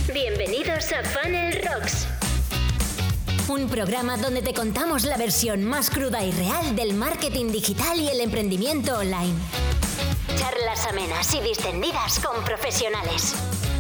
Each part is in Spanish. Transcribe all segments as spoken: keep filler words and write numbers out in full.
Bienvenidos a Funnel Rocks, un programa donde te contamos la versión más cruda y real del marketing digital y el emprendimiento online. Charlas amenas y distendidas con profesionales.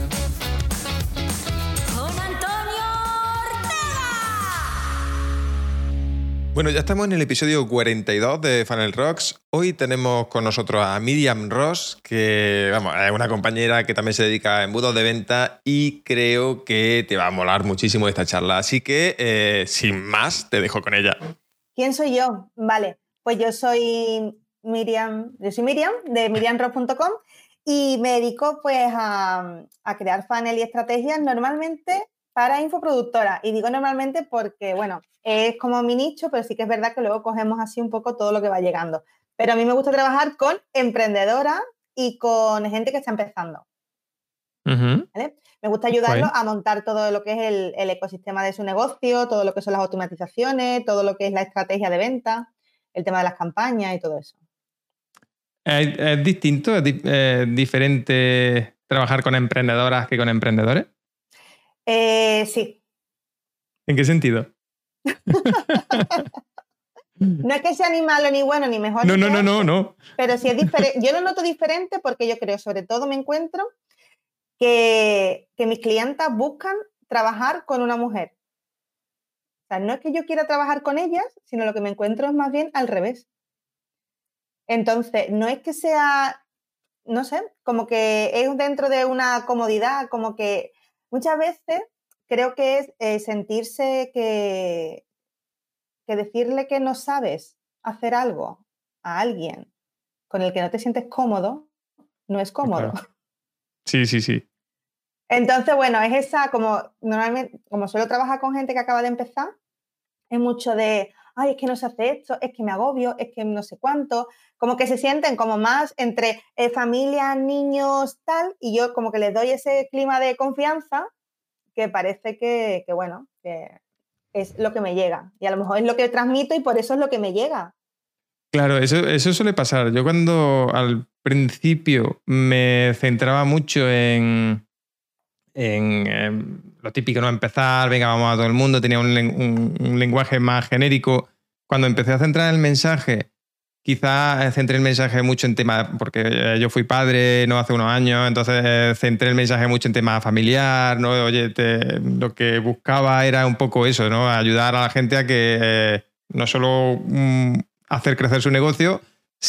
¡Con Antonio Ortega! Bueno, ya estamos en el episodio cuarenta y dos de Funnel Rocks. Hoy tenemos con nosotros a Miriam Ross, que vamos, es una compañera que también se dedica a embudos de venta y creo que te va a molar muchísimo esta charla. Así que, eh, sin más, te dejo con ella. ¿Quién soy yo? Vale, pues yo soy Miriam, yo soy Miriam de miriam ross punto com y me dedico pues a, a crear funnel y estrategias normalmente para infoproductoras. Y digo normalmente porque, bueno, es como mi nicho, pero sí que es verdad que luego cogemos así un poco todo lo que va llegando. Pero a mí me gusta trabajar con emprendedoras y con gente que está empezando. Uh-huh. ¿Vale? Me gusta ayudarlos Guay. a montar todo lo que es el, el ecosistema de su negocio, todo lo que son las automatizaciones, todo lo que es la estrategia de venta, el tema de las campañas y todo eso. ¿Es, es distinto, es di- eh, diferente trabajar con emprendedoras que con emprendedores? Eh, sí. ¿En qué sentido? No es que sea ni malo, ni bueno, ni mejor. No, ni no, no, peor, no, no. Pero sí es diferente. Yo lo noto diferente porque yo creo, sobre todo me encuentro que, que mis clientas buscan trabajar con una mujer. O sea, no es que yo quiera trabajar con ellas, sino lo que me encuentro es más bien al revés. Entonces, no es que sea, no sé, como que es dentro de una comodidad, como que muchas veces creo que es eh, sentirse que, que decirle que no sabes hacer algo a alguien con el que no te sientes cómodo, no es cómodo. Claro. Sí, sí, sí. Entonces, bueno, es esa, como normalmente, como suelo trabajar con gente que acaba de empezar, es mucho de, ay, es que no se hace esto, es que me agobio, es que no sé cuánto, como que se sienten como más entre eh, familia, niños, tal, y yo como que les doy ese clima de confianza que parece que, que, bueno, que es lo que me llega. Y a lo mejor es lo que transmito y por eso es lo que me llega. Claro, eso, eso suele pasar. Yo cuando al principio me centraba mucho en, en, em, lo típico, ¿no? Empezar, venga, vamos a todo el mundo, tenía un, len- un- un lenguaje más genérico. Cuando empecé a centrar el mensaje, quizás centré el mensaje mucho en temas, porque eh, yo fui padre no hace unos años, entonces eh, centré el mensaje mucho en temas familiar, ¿no? Oye, te- lo que buscaba era un poco eso, ¿no? Ayudar a la gente a que eh, no solo mm, hacer crecer su negocio,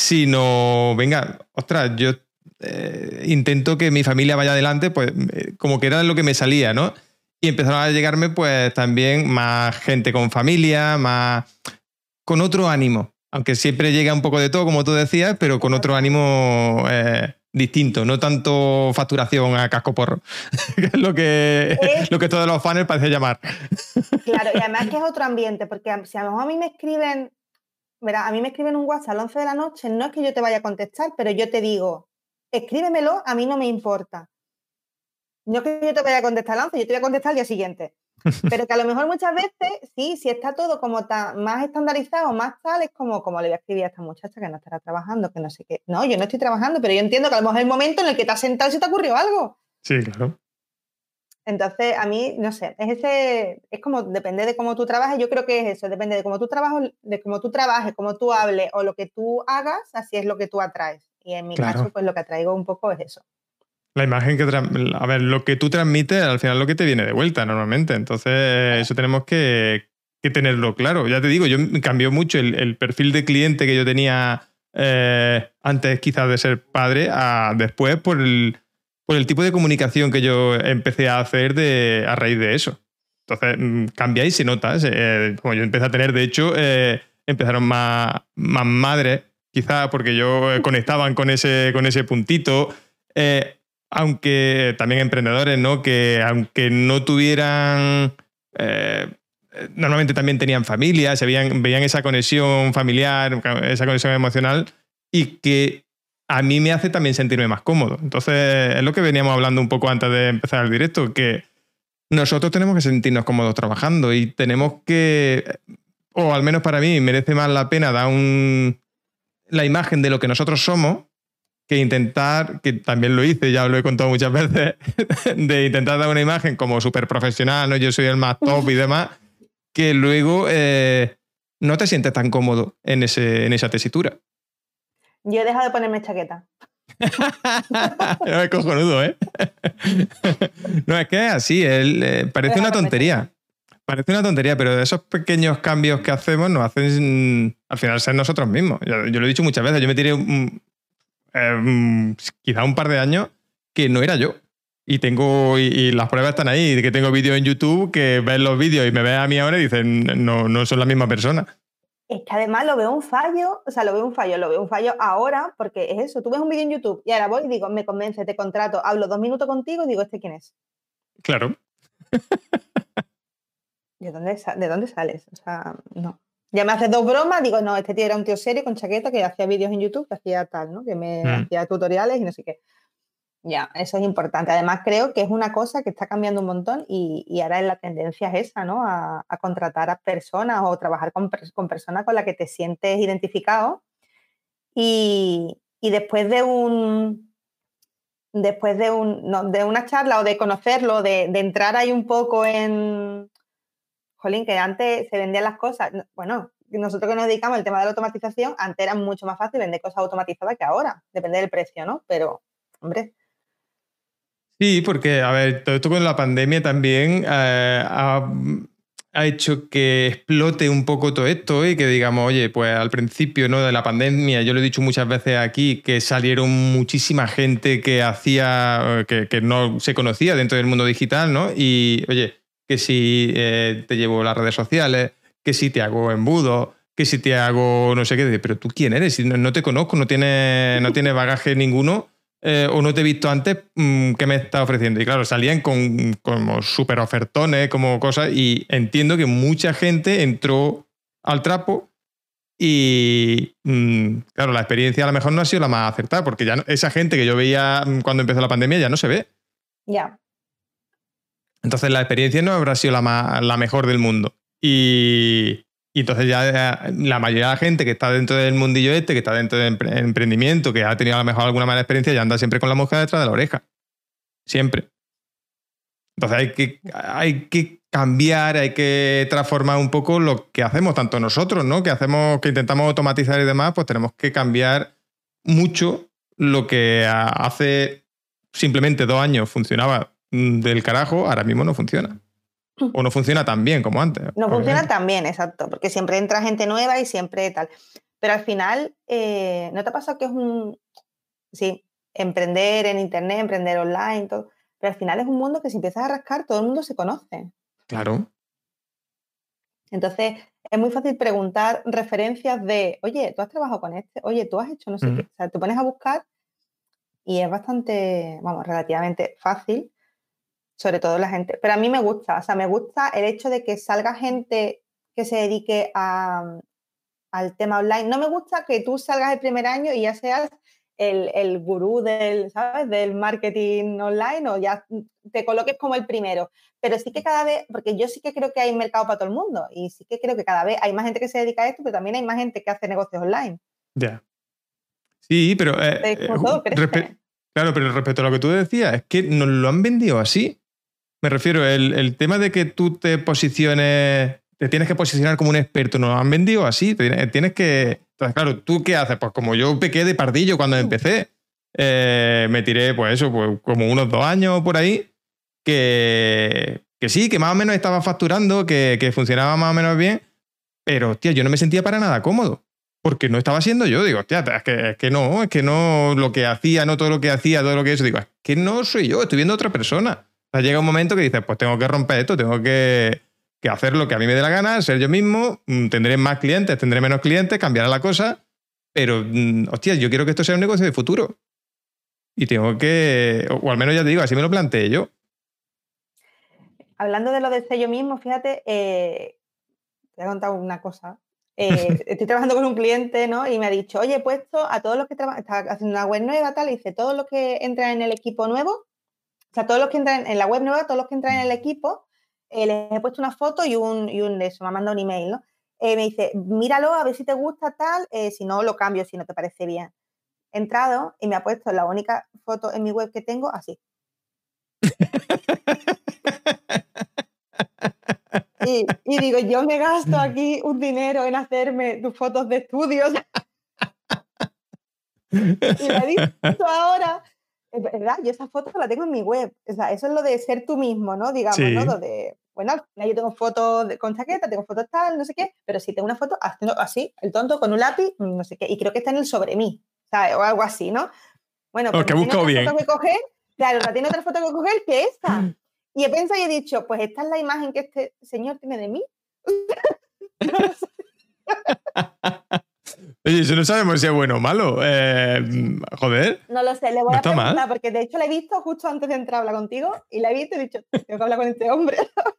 sino, venga, ostras, yo eh, intento que mi familia vaya adelante, pues eh, como que era lo que me salía, ¿no? Y empezaron a llegarme pues también más gente con familia, más con otro ánimo, aunque siempre llega un poco de todo, como tú decías, pero con otro ánimo eh, distinto, no tanto facturación a casco porro, que es lo que, Es- lo que todos los funnels parece llamar. Claro, y además que es otro ambiente, porque a- si a lo mejor a mí me escriben, verá, a mí me escriben un WhatsApp a las once de la noche, no es que yo te vaya a contestar, pero yo te digo, escríbemelo, a mí no me importa. No es que yo te vaya a contestar a las once, yo te voy a contestar al día siguiente. Pero que a lo mejor muchas veces, sí, si está todo como tan, más estandarizado, más tal, es como, como le voy a escribir a esta muchacha que no estará trabajando, que no sé qué. No, yo no estoy trabajando, pero yo entiendo que a lo mejor es el momento en el que te has sentado y se te ocurrió algo. Sí, claro. Entonces, a mí, no sé, es ese, es como, depende de cómo tú trabajes, yo creo que es eso, depende de cómo tú trabajes, de cómo tú trabajes, cómo tú hables o lo que tú hagas, así es lo que tú atraes. Y en mi Claro. caso, pues lo que atraigo un poco es eso. La imagen que... tra- A ver, lo que tú transmites, al final lo que te viene de vuelta normalmente. Entonces, eso tenemos que, que tenerlo claro. Ya te digo, yo cambió mucho el, el perfil de cliente que yo tenía eh, antes quizás de ser padre a después por el, por el tipo de comunicación que yo empecé a hacer de, a raíz de eso. Entonces, mm, cambia y se nota. Eh, como yo empecé a tener, de hecho, eh, empezaron más, más madres, quizás porque yo eh, conectaban con ese, con ese puntito. Eh, aunque también emprendedores, ¿no? Que aunque no tuvieran... Eh, normalmente también tenían familia, se veían, veían esa conexión familiar, esa conexión emocional y que a mí me hace también sentirme más cómodo. Entonces, es lo que veníamos hablando un poco antes de empezar el directo, que nosotros tenemos que sentirnos cómodos trabajando y tenemos que, o al menos para mí, merece más la pena dar un, la imagen de lo que nosotros somos que intentar, que también lo hice, ya lo he contado muchas veces, de intentar dar una imagen como súper profesional, ¿no? Yo soy el más top y demás, que luego eh, no te sientes tan cómodo en, ese, en esa tesitura. Yo he dejado de ponerme chaqueta. No, es cojonudo, ¿eh? No, es que es así, el, eh, parece una tontería. Parece una tontería, pero esos pequeños cambios que hacemos nos hacen mm, al final ser nosotros mismos. Yo, yo lo he dicho muchas veces, yo me tiré mm, eh, quizá un par de años que no era yo. Y tengo y, y las pruebas están ahí, que tengo vídeos en YouTube que ves los vídeos y me ves a mí ahora y dicen, no, no son la misma persona. Es que además lo veo un fallo, o sea, lo veo un fallo, lo veo un fallo ahora, porque es eso, tú ves un vídeo en YouTube y ahora voy y digo, me convence, te contrato, hablo dos minutos contigo y digo, ¿este quién es? Claro. ¿De dónde, ¿De dónde sales? O sea, no. Ya me haces dos bromas, digo, no, este tío era un tío serio con chaqueta que hacía vídeos en YouTube, que hacía tal, ¿no? Que me mm. hacía tutoriales y no sé qué. Ya, eso es importante. Además, creo que es una cosa que está cambiando un montón y, y ahora la tendencia es esa, ¿no? A, a contratar a personas o trabajar con, con personas con las que te sientes identificado. Y, y después de un... Después de, un, no, de una charla o de conocerlo, de, de entrar ahí un poco en... Jolín, que antes se vendían las cosas. Bueno, nosotros que nos dedicamos al tema de la automatización, antes era mucho más fácil vender cosas automatizadas que ahora. Depende del precio, ¿no? Pero, hombre... Sí, porque, a ver, todo esto con la pandemia también eh, ha, ha hecho que explote un poco todo esto y que digamos, oye, pues al principio, ¿no?, de la pandemia, yo lo he dicho muchas veces aquí, que salieron muchísima gente que hacía, que, que no se conocía dentro del mundo digital, ¿no? Y, oye, que si eh, te llevo las redes sociales, que si te hago embudo, que si te hago no sé qué, pero ¿tú quién eres? Si no, no te conozco, no tienes no tiene bagaje ninguno. Eh, o no te he visto antes, mmm, ¿qué me estás ofreciendo? Y claro, salían con como súper ofertones, como cosas, y entiendo que mucha gente entró al trapo y, mmm, claro, la experiencia a lo mejor no ha sido la más acertada, porque ya no, esa gente que yo veía cuando empezó la pandemia ya no se ve. Ya. Yeah. Entonces la experiencia no habrá sido la, más, la mejor del mundo. Y... Y entonces ya la mayoría de la gente que está dentro del mundillo este, que está dentro del emprendimiento, que ha tenido a lo mejor alguna mala experiencia, ya anda siempre con la mosca detrás de la oreja. Siempre. Entonces hay que, hay que cambiar, hay que transformar un poco lo que hacemos, tanto nosotros, ¿no?, que hacemos, que intentamos automatizar y demás, pues tenemos que cambiar mucho lo que hace simplemente dos años funcionaba del carajo, ahora mismo no funciona. O no funciona tan bien como antes. No obviamente. Funciona tan bien, exacto, porque siempre entra gente nueva y siempre tal. Pero al final, eh, ¿no te ha pasado que es un... Sí, emprender en internet, emprender online, todo, pero al final es un mundo que si empiezas a rascar, todo el mundo se conoce. Claro. Entonces, es muy fácil preguntar referencias de, oye, ¿tú has trabajado con este? Oye, ¿tú has hecho no sé mm. qué? O sea, te pones a buscar y es bastante, vamos, relativamente fácil. Sobre todo la gente, pero a mí me gusta, o sea, me gusta el hecho de que salga gente que se dedique a, al tema online. No me gusta que tú salgas el primer año y ya seas el, el gurú del, ¿sabes?, del marketing online o ya te coloques como el primero, pero sí que cada vez, porque yo sí que creo que hay mercado para todo el mundo y sí que creo que cada vez hay más gente que se dedica a esto, pero también hay más gente que hace negocios online. Ya. Yeah. Sí, pero... Eh, eh, todo respe- claro, pero respecto a lo que tú decías, es que nos lo han vendido así. Me refiero, el, el tema de que tú te posiciones, te tienes que posicionar como un experto, nos lo han vendido así, te tienes, tienes que... Entonces, claro, ¿tú qué haces? Pues como yo pequé de pardillo cuando empecé, eh, me tiré, pues eso, pues como unos dos años por ahí, que, que sí, que más o menos estaba facturando, que, que funcionaba más o menos bien, pero, hostia, yo no me sentía para nada cómodo, porque no estaba siendo yo. Digo, hostia, es que, es que no, es que no, lo que hacía, no todo lo que hacía, todo lo que eso, digo, es que no soy yo, estoy viendo a otra persona. O sea, llega un momento que dices, pues tengo que romper esto, tengo que, que hacer lo que a mí me dé la gana, ser yo mismo, tendré más clientes, tendré menos clientes, cambiará la cosa, pero, hostia, yo quiero que esto sea un negocio de futuro. Y tengo que, o al menos ya te digo, así me lo planteé yo. Hablando de lo de ser yo mismo, fíjate, eh, te voy a contar una cosa. Eh, estoy trabajando con un cliente, ¿no? Y me ha dicho, oye, he puesto a todos los que trabajan, está haciendo una web nueva, tal, y dice, todos los que entran en el equipo nuevo, o sea, todos los que entran en la web nueva, todos los que entran en el equipo, eh, les he puesto una foto y un, y un de eso, me ha mandado un email, ¿no? Eh, me dice, míralo, a ver si te gusta tal, eh, si no, lo cambio, si no te parece bien. he entrado y me ha puesto la única foto en mi web que tengo así. y, y digo, yo me gasto aquí un dinero en hacerme tus fotos de estudios. Y la he visto ahora. Es verdad, yo esa foto la tengo en mi web. O sea, eso es lo de ser tú mismo, ¿no? Digamos, sí. ¿no? Lo de, bueno, al final yo tengo fotos de, con chaqueta, tengo fotos tal, no sé qué, pero si tengo una foto así, el tonto con un lápiz, no sé qué, y creo que está en el sobre mí, ¿sabes? O algo así, ¿no? Bueno, pues oh, que busco no bien. Foto que coger, claro, no tiene otra foto que coger que esta. Y he pensado y he dicho, pues esta es la imagen que este señor tiene de mí. No lo sé. Oye, eso no sabemos si es bueno o malo. Eh, joder. No lo sé, le voy no a preguntar, mal. porque de hecho la he visto justo antes de entrar a hablar contigo y la he visto y he dicho, tengo que hablar con este hombre.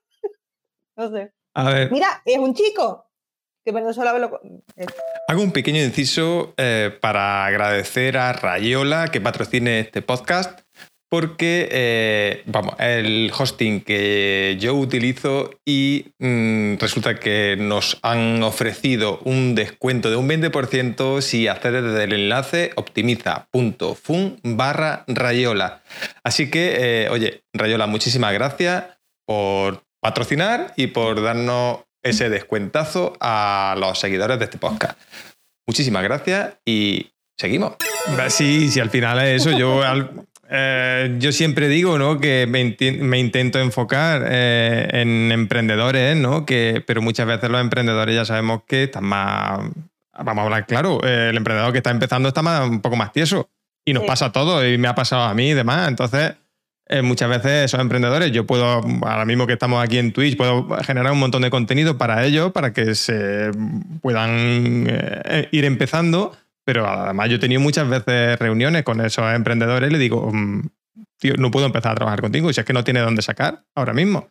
No sé. A ver. Mira, es un chico. Que bueno, solo hablo con... Hago un pequeño inciso eh, para agradecer a Rayola que patrocine este podcast. Porque, eh, vamos, el hosting que yo utilizo y mmm, resulta que nos han ofrecido un descuento de un veinte por ciento si accedes desde el enlace optimiza.fun barra Rayola. Así que, eh, oye, Rayola, muchísimas gracias por patrocinar y por darnos ese descuentazo a los seguidores de este podcast. Muchísimas gracias y seguimos. Sí, sí, al final es eso. Yo... Al... Eh, yo siempre digo, ¿no?, que me, me intento enfocar eh, en emprendedores, ¿no? Que, pero muchas veces los emprendedores ya sabemos que están más... Vamos a hablar claro, eh, el emprendedor que está empezando está más, un poco más tieso. Y nos sí. pasa a todos, y me ha pasado a mí y demás. Entonces, eh, muchas veces esos emprendedores, yo puedo, ahora mismo que estamos aquí en Twitch, puedo generar un montón de contenido para ellos, para que se puedan eh, ir empezando. Pero además yo he tenido muchas veces reuniones con esos emprendedores y le digo, tío, no puedo empezar a trabajar contigo si es que no tiene dónde sacar ahora mismo.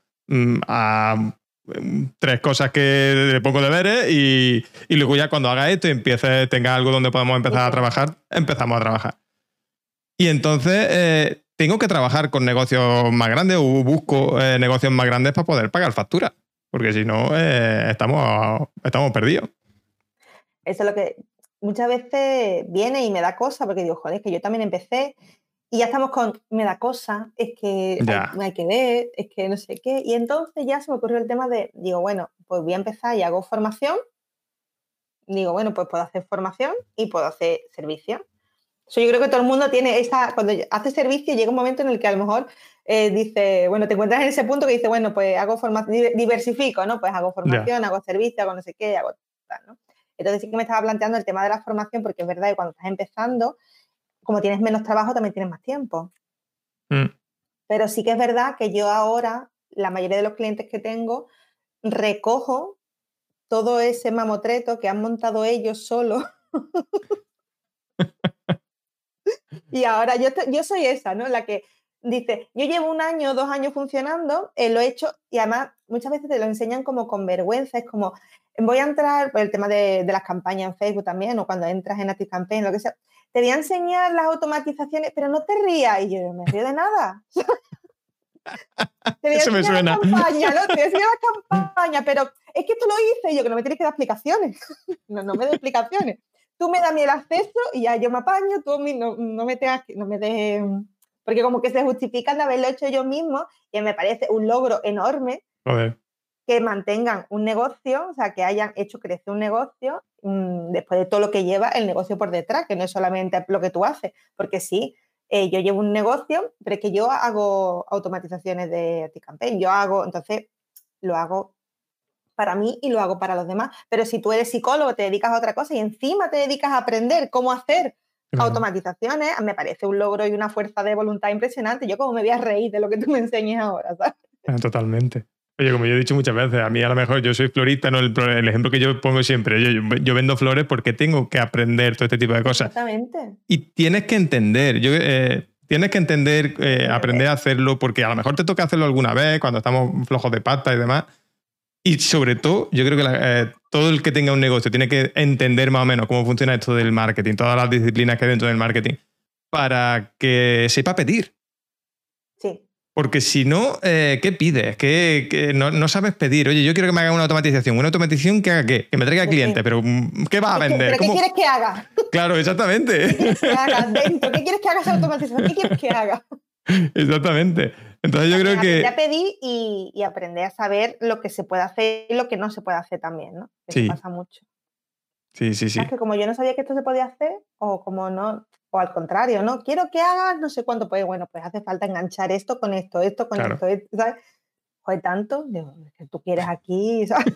A tres cosas que le pongo deberes y, y luego ya cuando haga esto y empiece, tenga algo donde podamos empezar a trabajar, empezamos a trabajar. Y entonces eh, tengo que trabajar con negocios más grandes o busco eh, negocios más grandes para poder pagar facturas, porque si no eh, estamos, estamos perdidos. Eso es lo que... Muchas veces viene y me da cosa, porque digo, joder, es que yo también empecé y ya estamos con, me da cosa, es que hay, hay que ver, es que no sé qué. Y entonces ya se me ocurrió el tema de, digo, bueno, pues voy a empezar y hago formación. Digo, bueno, pues puedo hacer formación y puedo hacer servicio. So, yo creo que todo el mundo tiene esa, cuando hace servicio llega un momento en el que a lo mejor eh, dice, bueno, te encuentras en ese punto que dice, bueno, pues hago formación, diversifico, ¿no? Pues hago formación, yeah. hago servicio, hago no sé qué, hago tal, ¿no? Entonces sí que me estaba planteando el tema de la formación porque es verdad que cuando estás empezando, como tienes menos trabajo, también tienes más tiempo. Mm. Pero sí que es verdad que yo ahora, la mayoría de los clientes que tengo, recojo todo ese mamotreto que han montado ellos solos. Y ahora yo, yo soy esa, ¿no? La que dice, yo llevo un año, dos años funcionando, eh, lo he hecho y además muchas veces te lo enseñan como con vergüenza, es como... Voy a entrar, por el tema de, de las campañas en Facebook también, o cuando entras en ActiveCampaign, lo que sea, te voy a enseñar las automatizaciones, pero no te rías. Y yo, me río de nada. Te voy a Eso me suena. La campaña, ¿no? Te voy a enseñar la campaña, pero es que tú lo hice y yo, que no me tienes que dar explicaciones. No, no me des explicaciones. Tú me das a mí el acceso y ya yo me apaño, tú a mí no, no me tengas que, no me des... Porque como que se justifican de haberlo hecho yo mismo y me parece un logro enorme. Joder. Que mantengan un negocio, o sea, que hayan hecho crecer un negocio mmm, después de todo lo que lleva el negocio por detrás, que no es solamente lo que tú haces, porque sí, eh, yo llevo un negocio, pero es que yo hago automatizaciones de ActiveCampaign, yo hago, entonces lo hago para mí y lo hago para los demás, pero si tú eres psicólogo, te dedicas a otra cosa y encima te dedicas a aprender cómo hacer claro. automatizaciones, me parece un logro y una fuerza de voluntad impresionante. Yo como me voy a reír de lo que tú me enseñes ahora, ¿sabes? Totalmente. Oye, como yo he dicho muchas veces, a mí a lo mejor yo soy florista, no el, el ejemplo que yo pongo siempre, yo, yo vendo flores porque tengo que aprender todo este tipo de cosas. Exactamente. Y tienes que entender, yo, eh, tienes que entender, eh, aprender a hacerlo, porque a lo mejor te toca hacerlo alguna vez, cuando estamos flojos de pasta y demás. Y sobre todo, yo creo que la, eh, todo el que tenga un negocio tiene que entender más o menos cómo funciona esto del marketing, todas las disciplinas que hay dentro del marketing, para que sepa pedir. Sí. Porque si no, eh, ¿qué pides? ¿Qué, qué no, no sabes pedir? Oye, yo quiero que me haga una automatización. ¿Una automatización que haga qué? Que me traiga clientes. Pero ¿qué vas a vender? ¿Pero qué ¿Cómo? quieres que haga? Claro, exactamente. ¿Qué quieres que haga dentro? ¿Qué quieres que haga esa automatización? ¿Qué quieres que haga? Exactamente. Entonces yo creo que... Aprender a pedir y, y aprender a saber lo que se puede hacer y lo que no se puede hacer también, ¿no? Eso sí. pasa mucho. Sí, sí, sí. Es que como yo no sabía que esto se podía hacer, o como no... O al contrario, ¿no? Quiero que hagas no sé cuánto. Pues bueno, pues hace falta enganchar esto con esto, esto con claro. esto, esto, ¿sabes? Joder, tanto, digo, que tú quieres aquí, ¿sabes?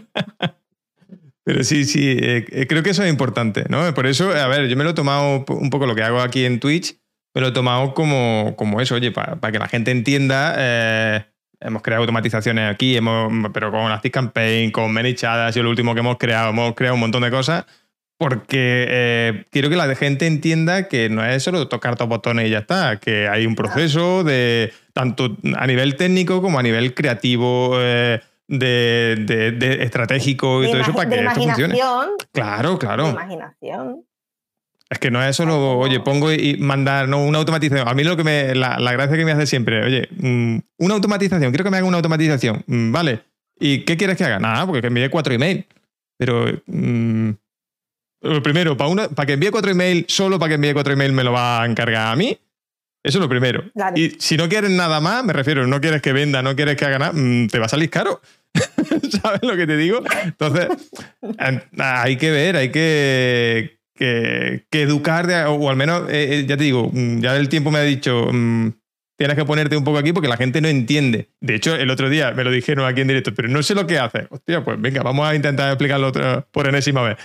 Pero sí, sí, eh, creo que eso es importante, ¿no? Por eso, a ver, yo me lo he tomado un poco lo que hago aquí en Twitch, me lo he tomado como, como eso, oye, para, para que la gente entienda, eh, hemos creado automatizaciones aquí, hemos, pero con ActiveCampaign, con ManyChat, ha sido lo último que hemos creado, hemos creado un montón de cosas, porque eh, quiero que la gente entienda que no es solo tocar dos botones y ya está, que hay un proceso de tanto a nivel técnico como a nivel creativo, eh, de, de, de estratégico y de todo eso para que esto funcione. Claro, claro. De imaginación. Es que no es solo, como... oye, pongo y mandar no, una automatización. A mí lo que me, la, la gracia que me hace siempre, oye, mmm, una automatización, quiero que me haga una automatización, mmm, vale. ¿Y qué quieres que haga? Nada, porque que envíe cuatro emails. Pero... Mmm, lo primero, para, una, para que envíe cuatro emails, solo para que envíe cuatro emails me lo va a encargar a mí. Eso es lo primero. Claro. Y si no quieres nada más, me refiero, no quieres que venda, no quieres que haga nada, mmm, te va a salir caro. ¿Sabes lo que te digo? Entonces, hay que ver, hay que, que, que educar, de, o al menos, eh, ya te digo, ya el tiempo me ha dicho, mmm, tienes que ponerte un poco aquí porque la gente no entiende. De hecho, el otro día me lo dijeron aquí en directo, pero no sé lo que hace. Hostia, pues venga, vamos a intentar explicarlo otra, por enésima vez.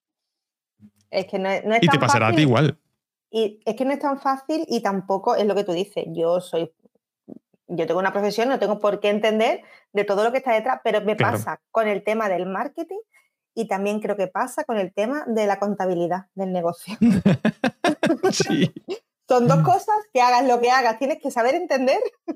Es que no, no es y tan te pasará fácil, a ti igual. Y es que no es tan fácil y tampoco es lo que tú dices. Yo soy, yo tengo una profesión, no tengo por qué entender de todo lo que está detrás, pero me Claro. pasa con el tema del marketing y también creo que pasa con el tema de la contabilidad del negocio. Sí. Son dos cosas que hagas lo que hagas, tienes que saber entender.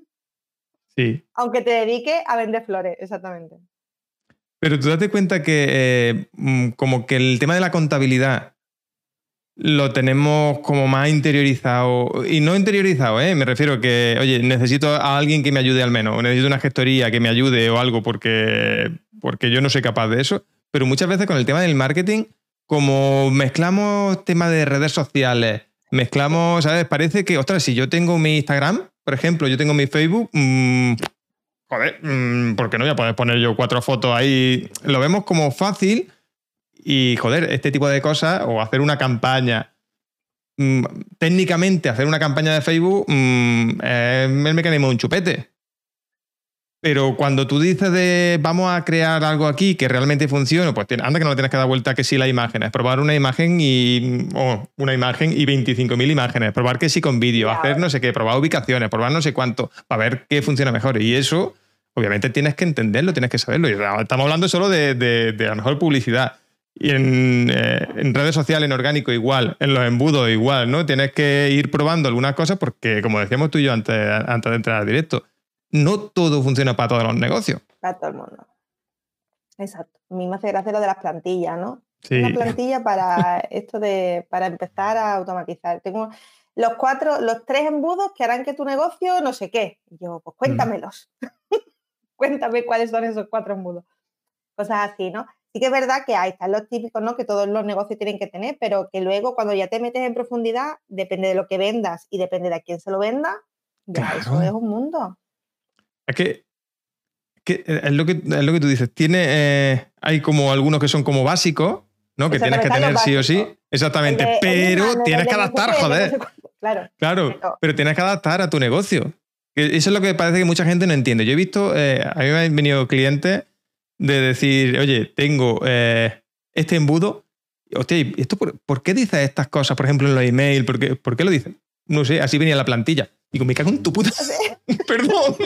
Sí. Aunque te dediques a vender flores, exactamente. Pero tú date cuenta que eh, como que el tema de la contabilidad lo tenemos como más interiorizado. Y no interiorizado, ¿eh? Me refiero que, oye, necesito a alguien que me ayude al menos. O necesito una gestoría que me ayude o algo porque, porque yo no soy capaz de eso. Pero muchas veces con el tema del marketing, como mezclamos temas de redes sociales, mezclamos, ¿sabes? Parece que, ostras, si yo tengo mi Instagram, por ejemplo, yo tengo mi Facebook... Mmm, joder, mmm, ¿por qué no voy a poder poner yo cuatro fotos ahí? Lo vemos como fácil... Y, joder, este tipo de cosas, o hacer una campaña, mmm, técnicamente hacer una campaña de Facebook mmm, es el mecanismo de un chupete. Pero cuando tú dices de vamos a crear algo aquí que realmente funcione, pues anda que no le tienes que dar vuelta que sí la imagen. Es probar una imagen y oh, una imagen y veinticinco mil imágenes. Probar que sí con vídeo, claro. Hacer no sé qué, probar ubicaciones, probar no sé cuánto, para ver qué funciona mejor. Y eso, obviamente, tienes que entenderlo, tienes que saberlo. Y estamos hablando solo de, de, de a lo mejor publicidad. Y en, eh, en redes sociales, en orgánico, igual. En los embudos, igual, ¿no? Tienes que ir probando algunas cosas porque, como decíamos tú y yo antes, antes de entrar al directo, no todo funciona para todos los negocios. Para todo el mundo. Exacto. A mí me hace gracia lo de las plantillas, ¿no? Sí. Una plantilla para esto de... para empezar a automatizar. Tengo los cuatro, los tres embudos que harán que tu negocio no sé qué. Y yo, pues cuéntamelos. Mm. Cuéntame cuáles son esos cuatro embudos. Cosas así, ¿no? Sí que es verdad que ahí están los típicos, ¿no? Que todos los negocios tienen que tener, pero que luego cuando ya te metes en profundidad, depende de lo que vendas y depende de a quién se lo venda, ya claro. Eso es un mundo. Es que, que es, lo que es lo que tú dices. Tiene, eh, hay como algunos que son como básicos, ¿no? Que tienes que tener sí o sí. Exactamente. De, pero el, tienes el que adaptar, joder. No sé claro. Claro, pero, pero tienes que adaptar a tu negocio. Eso es lo que parece que mucha gente no entiende. Yo he visto, eh, a mí me han venido clientes de decir, oye, tengo eh, este embudo, hostia, ¿y esto por, por qué dices estas cosas? Por ejemplo, en los emails, ¿por qué, ¿por qué lo dices? No sé, así venía la plantilla. Digo, me cago en tu puta... Perdón.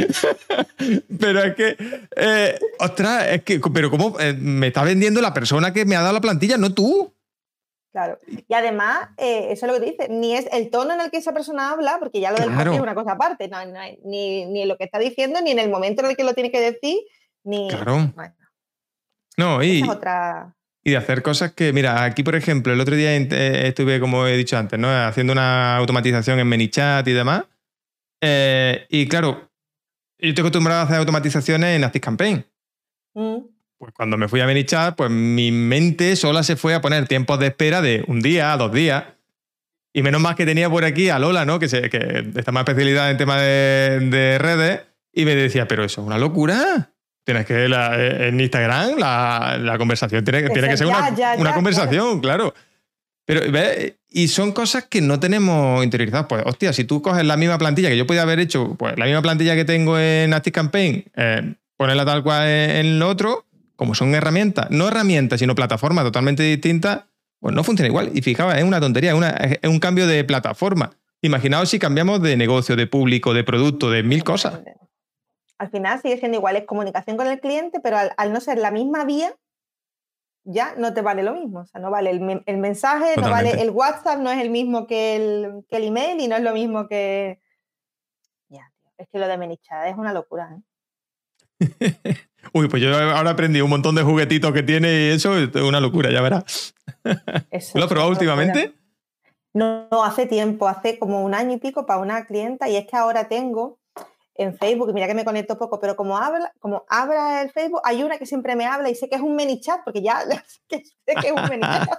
Pero es que, eh, ostras, es que, pero ¿cómo eh, me está vendiendo la persona que me ha dado la plantilla, no tú? Claro. Y además, eh, eso es lo que te dice, ni es el tono en el que esa persona habla, porque ya lo del claro. copy es una cosa aparte, no, no, ni, ni en lo que está diciendo, ni en el momento en el que lo tiene que decir, ni... Claro. Bueno, no, y, esa es otra... y de hacer cosas que, mira, aquí por ejemplo, el otro día estuve, como he dicho antes, ¿no? Haciendo una automatización en ManyChat y demás, Eh, y claro, yo estoy acostumbrado a hacer automatizaciones en ActiveCampaign. Mm. Pues cuando me fui a ManyChat, pues mi mente sola se fue a poner tiempos de espera de un día, dos días. Y menos mal que tenía por aquí a Lola, ¿no? Que, se, que está más especializada en tema de, de redes. Y me decía, pero eso es una locura. Tienes que, la, en Instagram, la, la conversación tiene, tiene que ser ya, una, ya, una ya, conversación, claro. Pero, ¿ves? Y son cosas que no tenemos interiorizadas. Pues, hostia, si tú coges la misma plantilla que yo podía haber hecho, pues la misma plantilla que tengo en ActiveCampaign, eh, ponerla tal cual en, en lo otro, como son herramientas, no herramientas, sino plataformas totalmente distintas, pues no funciona igual. Y fijaos, es una tontería, es, una, es un cambio de plataforma. Imaginaos si cambiamos de negocio, de público, de producto, de mil cosas. Al final sigue siendo igual, es comunicación con el cliente, pero al, al no ser la misma vía, ya no te vale lo mismo. O sea, no vale el, el mensaje, Totalmente. no vale el WhatsApp, no es el mismo que el, que el email y no es lo mismo que... Ya, tío, es que lo de ManyChat es una locura, ¿eh? Uy, pues yo ahora aprendí un montón de juguetitos que tiene y eso es una locura, ya verás. ¿Lo has probado últimamente? No, no, hace tiempo, hace como un año y pico para una clienta, y es que ahora tengo en Facebook, mira que me conecto poco, pero como habla, como abra el Facebook, hay una que siempre me habla y sé que es un ManyChat, porque ya sé que, sé que es un ManyChat.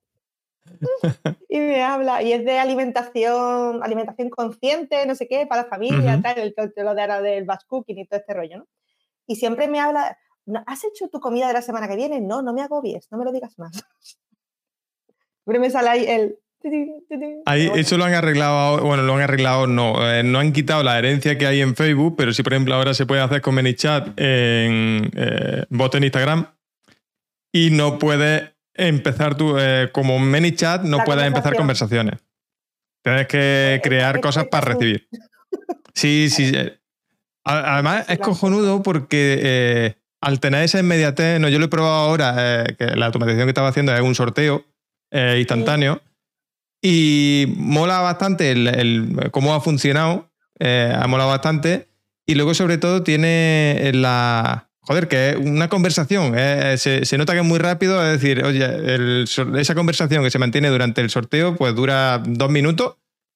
Y me habla, y es de alimentación, alimentación consciente, no sé qué, para la familia, uh-huh. tal, el, lo de ahora del batch cooking y todo este rollo, ¿no? Y siempre me habla, ¿has hecho tu comida de la semana que viene? No, no me agobies, no me lo digas más. Siempre me sale ahí el... Ahí, eso lo han arreglado, bueno, lo han arreglado, no, eh, no han quitado la herencia que hay en Facebook, pero sí, por ejemplo, ahora se puede hacer con ManyChat en eh, bot en Instagram y no puedes empezar tú, eh, como ManyChat, no puedes empezar conversaciones. Tienes que crear cosas para recibir. Sí, sí. Además, es cojonudo porque eh, al tener esa inmediatez, no, yo lo he probado ahora, eh, que la automatización que estaba haciendo es un sorteo eh, instantáneo. Sí. Y mola bastante el, el, cómo ha funcionado, eh, ha molado bastante. Y luego, sobre todo, tiene la... Joder, que es una conversación. Eh, se, se nota que es muy rápido. Es decir, oye, el, esa conversación que se mantiene durante el sorteo, pues dura dos minutos.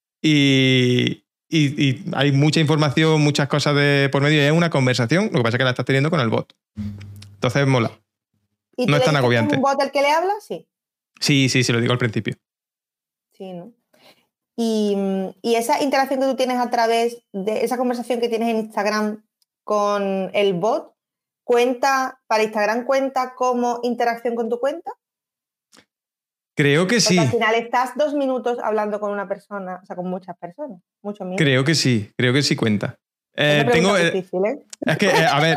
Y, y, y hay mucha información, muchas cosas de por medio. Y es una conversación. Lo que pasa es que la estás teniendo con el bot. Entonces, mola. ¿Y no es tan agobiante. ¿Es un bot el que le habla? Sí. Sí, sí, se lo digo al principio. Sí, ¿no? Y, y esa interacción que tú tienes a través de esa conversación que tienes en Instagram con el bot, ¿cuenta, para Instagram cuenta como interacción con tu cuenta? Creo que Porque sí. al final estás dos minutos hablando con una persona, o sea, con muchas personas, muchos minutos. Creo que sí, creo que sí cuenta. Eh, es tengo, difícil, ¿eh? Es que, eh, a ver...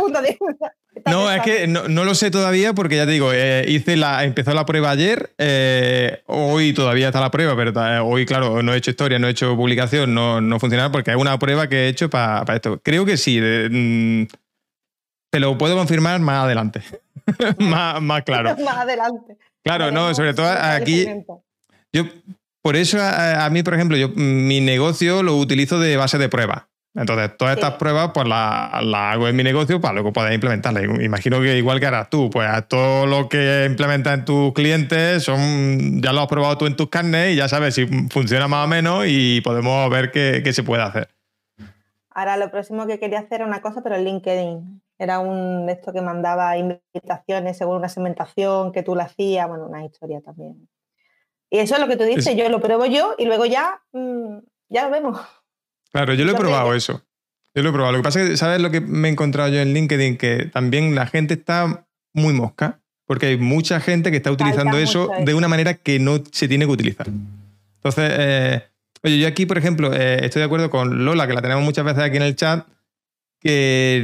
No, es que no, no lo sé todavía porque ya te digo, eh, hice la, empezó la prueba ayer, eh, hoy todavía está la prueba, pero eh, hoy, claro, no he hecho historia, no he hecho publicación, no, no funcionará porque es una prueba que he hecho para pa esto. Creo que sí, de, mm, te lo puedo confirmar más adelante, más, más claro. Más adelante. Claro, vale, no, sobre todo aquí, yo, por eso a, a mí, por ejemplo, yo mi negocio lo utilizo de base de prueba. Entonces, todas estas sí. pruebas pues las la hago en mi negocio para luego poder implementarlas. Imagino que igual que harás tú, pues todo lo que implementas en tus clientes son, ya lo has probado tú en tus carnes y ya sabes si funciona más o menos y podemos ver qué, qué se puede hacer. Ahora, lo próximo que quería hacer era una cosa, pero en LinkedIn. Era un de esto que mandaba invitaciones según una segmentación que tú la hacías, bueno, una historia también. Y eso es lo que tú dices, es... yo lo pruebo yo y luego ya, mmm, ya lo vemos. Claro, yo lo he probado eso. Yo lo he probado. Lo que pasa es que, ¿sabes lo que me he encontrado yo en LinkedIn? Que también la gente está muy mosca, porque hay mucha gente que está utilizando eso de una manera que no se tiene que utilizar. Entonces, eh, oye, yo aquí, por ejemplo, eh, estoy de acuerdo con Lola, que la tenemos muchas veces aquí en el chat, que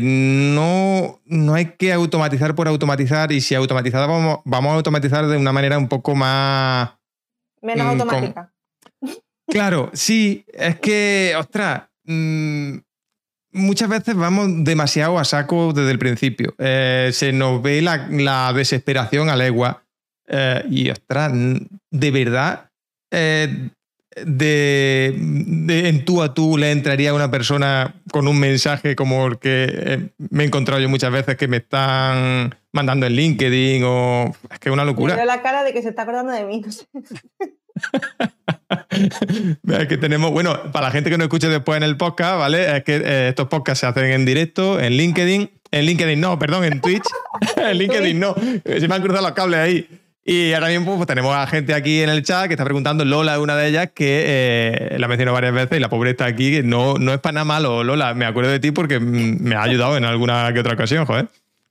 no, no hay que automatizar por automatizar, y si automatizar vamos, vamos a automatizar de una manera un poco más... Menos mmm, automática. Con... Claro, sí, es que, ostras, mmm, muchas veces vamos demasiado a saco desde el principio. Eh, se nos ve la, la desesperación a legua eh, y, ostras, de verdad, eh, de, de en tú a tú le entraría a una persona con un mensaje como el que eh, me he encontrado yo muchas veces que me están mandando en LinkedIn o... Es que es una locura. Me veo la cara de que se está acordando de mí, no sé. Es que tenemos, bueno, para la gente que nos escuche después en el podcast, ¿vale? Es que eh, estos podcasts se hacen en directo, en LinkedIn. En LinkedIn no, perdón, en Twitch. En LinkedIn no. Se me han cruzado los cables ahí. Y ahora mismo pues, tenemos a gente aquí en el chat que está preguntando. Lola es una de ellas que eh, la menciono varias veces y la pobre está aquí. Que no, no es para nada malo, Lola. Me acuerdo de ti porque me ha ayudado en alguna que otra ocasión, joder.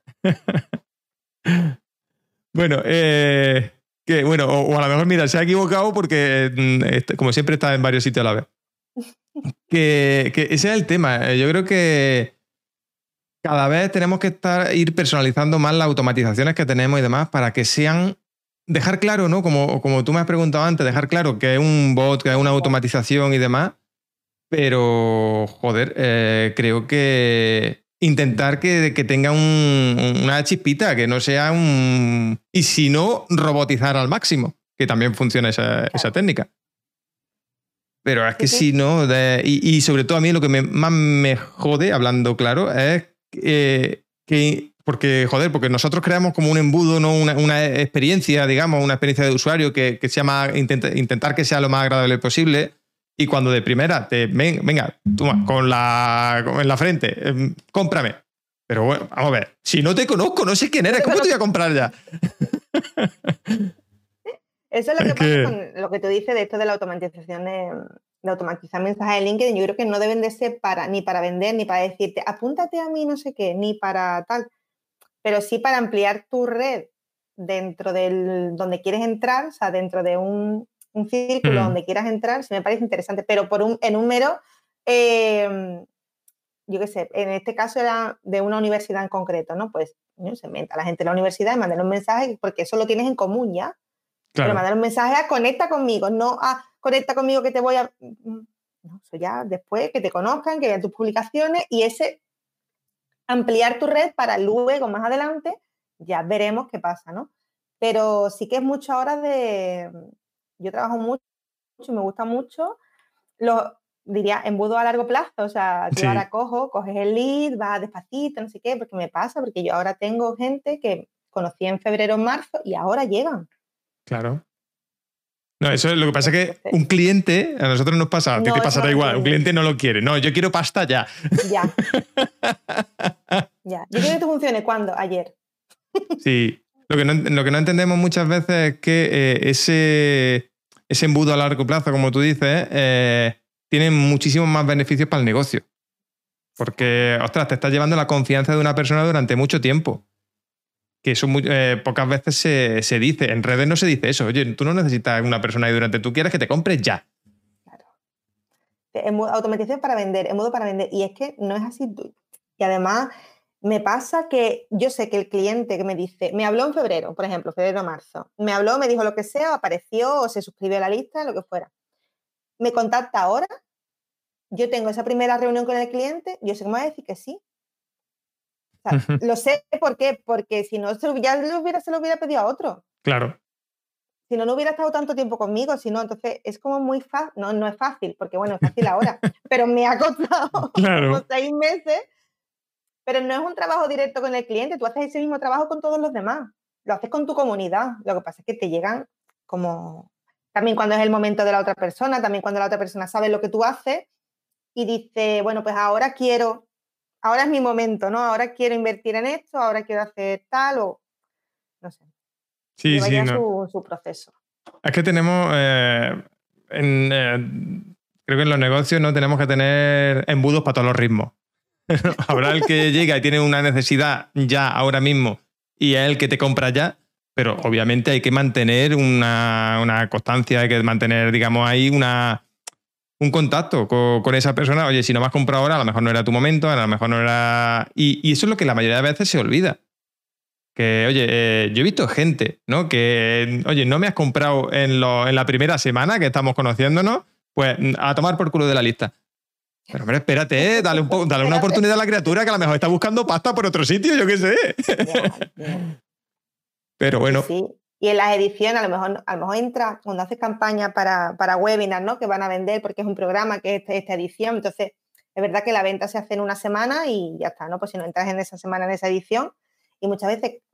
Bueno, eh, que, bueno o, o a lo mejor, mira, se ha equivocado porque, este, como siempre, está en varios sitios a la vez. Que, que ese es el tema. Yo creo que cada vez tenemos que estar, ir personalizando más las automatizaciones que tenemos y demás para que sean... Dejar claro, ¿no? Como, como tú me has preguntado antes, dejar claro que es un bot, que es una automatización y demás, pero, joder, eh, creo que intentar que, que tenga un, una chispita, que no sea un... Y si no, robotizar al máximo, que también funciona esa, claro. esa técnica. Pero es que sí, si no... De, y, y sobre todo a mí lo que me, más me jode, hablando claro, es eh, que... Porque, joder, porque nosotros creamos como un embudo, ¿no? Una, una experiencia, digamos, una experiencia de usuario que, que sea más, intenta, intentar que sea lo más agradable posible. Y cuando de primera te ven, venga, toma, con la, con, en la frente, eh, cómprame. Pero bueno, vamos a ver, si no te conozco, no sé quién eres, ¿cómo te voy a comprar ya? Eso es lo que es pasa que... con lo que tú dices de esto de la automatización de, de automatizar mensajes en LinkedIn. Yo creo que no deben de ser para, ni para vender, ni para decirte, apúntate a mí no sé qué, ni para tal. Pero sí para ampliar tu red dentro del donde quieres entrar, o sea, dentro de un, un círculo mm. donde quieras entrar, sí me parece interesante, pero por un, en un mero, eh, yo qué sé, en este caso era de una universidad en concreto, ¿no? Pues ¿no? Se inventa la gente de la universidad y mandan un mensaje, porque eso lo tienes en común ya, claro. Pero mandar un mensaje a conecta conmigo, no a conecta conmigo que te voy a... No, eso ya después, que te conozcan, que vean tus publicaciones y ese... ampliar tu red para luego, más adelante, ya veremos qué pasa, ¿no? Pero sí que es mucho ahora de... Yo trabajo mucho, me gusta mucho, lo diría embudo a largo plazo, o sea, yo sí. Ahora cojo, coges el lead, vas despacito, no sé qué, porque me pasa, porque yo ahora tengo gente que conocí en febrero, marzo, y ahora llegan. Claro. No, eso es lo que pasa es que un cliente, a nosotros nos pasa, a ti no, te pasará no igual, un cliente no lo quiere. No, yo quiero pasta ya. Ya. Ya. Yo quiero que esto funcione, ¿cuándo? Ayer. Sí. Lo que no, lo que no entendemos muchas veces es que eh, ese, ese embudo a largo plazo, como tú dices, eh, tiene muchísimos más beneficios para el negocio. Porque, ostras, te estás llevando la confianza de una persona durante mucho tiempo. Que eso muy, eh, pocas veces se, se dice. En redes no se dice eso. Oye, tú no necesitas una persona ahí durante... Tú quieres que te compres ya. Claro. Automatización para vender, embudo para vender. Y es que no es así. Y además me pasa que yo sé que el cliente que me dice... Me habló en febrero, por ejemplo, febrero, marzo. Me habló, me dijo lo que sea, apareció o se suscribió a la lista, lo que fuera. Me contacta ahora. Yo tengo esa primera reunión con el cliente. Yo sé que me va a decir que sí. O sea, uh-huh. Lo sé, ¿por qué? Porque si no, ya lo hubiera, se lo hubiera pedido a otro. Claro. Si no, no hubiera estado tanto tiempo conmigo, si no, entonces es como muy fácil. No, no es fácil, porque bueno, es fácil ahora, pero me ha costado claro. como seis meses. Pero no es un trabajo directo con el cliente, tú haces ese mismo trabajo con todos los demás. Lo haces con tu comunidad. Lo que pasa es que te llegan como... También cuando es el momento de la otra persona, también cuando la otra persona sabe lo que tú haces y dice, bueno, pues ahora quiero... Ahora es mi momento, ¿no? Ahora quiero invertir en esto, ahora quiero hacer tal o... No sé. Sí, Lleva sí, ya no. su, su proceso. Es que tenemos... Eh, en, eh, creo que en los negocios no tenemos que tener embudos para todos los ritmos. Habrá el que llega y tiene una necesidad ya, ahora mismo, y es el que te compra ya, pero obviamente hay que mantener una, una constancia, hay que mantener, digamos, ahí una... un contacto con, con esa persona. Oye, si no me has comprado ahora, a lo mejor no era tu momento, a lo mejor no era... Y, y eso es lo que la mayoría de veces se olvida. Que, oye, eh, yo he visto gente, ¿no? Que, oye, no me has comprado en, lo, en la primera semana que estamos conociéndonos, pues a tomar por culo de la lista. Pero, hombre, espérate, ¿eh? dale, un po- dale una oportunidad a la criatura que a lo mejor está buscando pasta por otro sitio, yo qué sé. Yeah, yeah. Pero bueno... Sí, sí. Y en las ediciones, a lo mejor, a lo mejor entra cuando haces campaña para, para webinars, ¿no? Que van a vender porque es un programa que es esta, esta edición. Entonces, es verdad que la venta se hace en una semana y ya está, ¿no? Pues si no entras en esa semana, en esa edición. Y muchas veces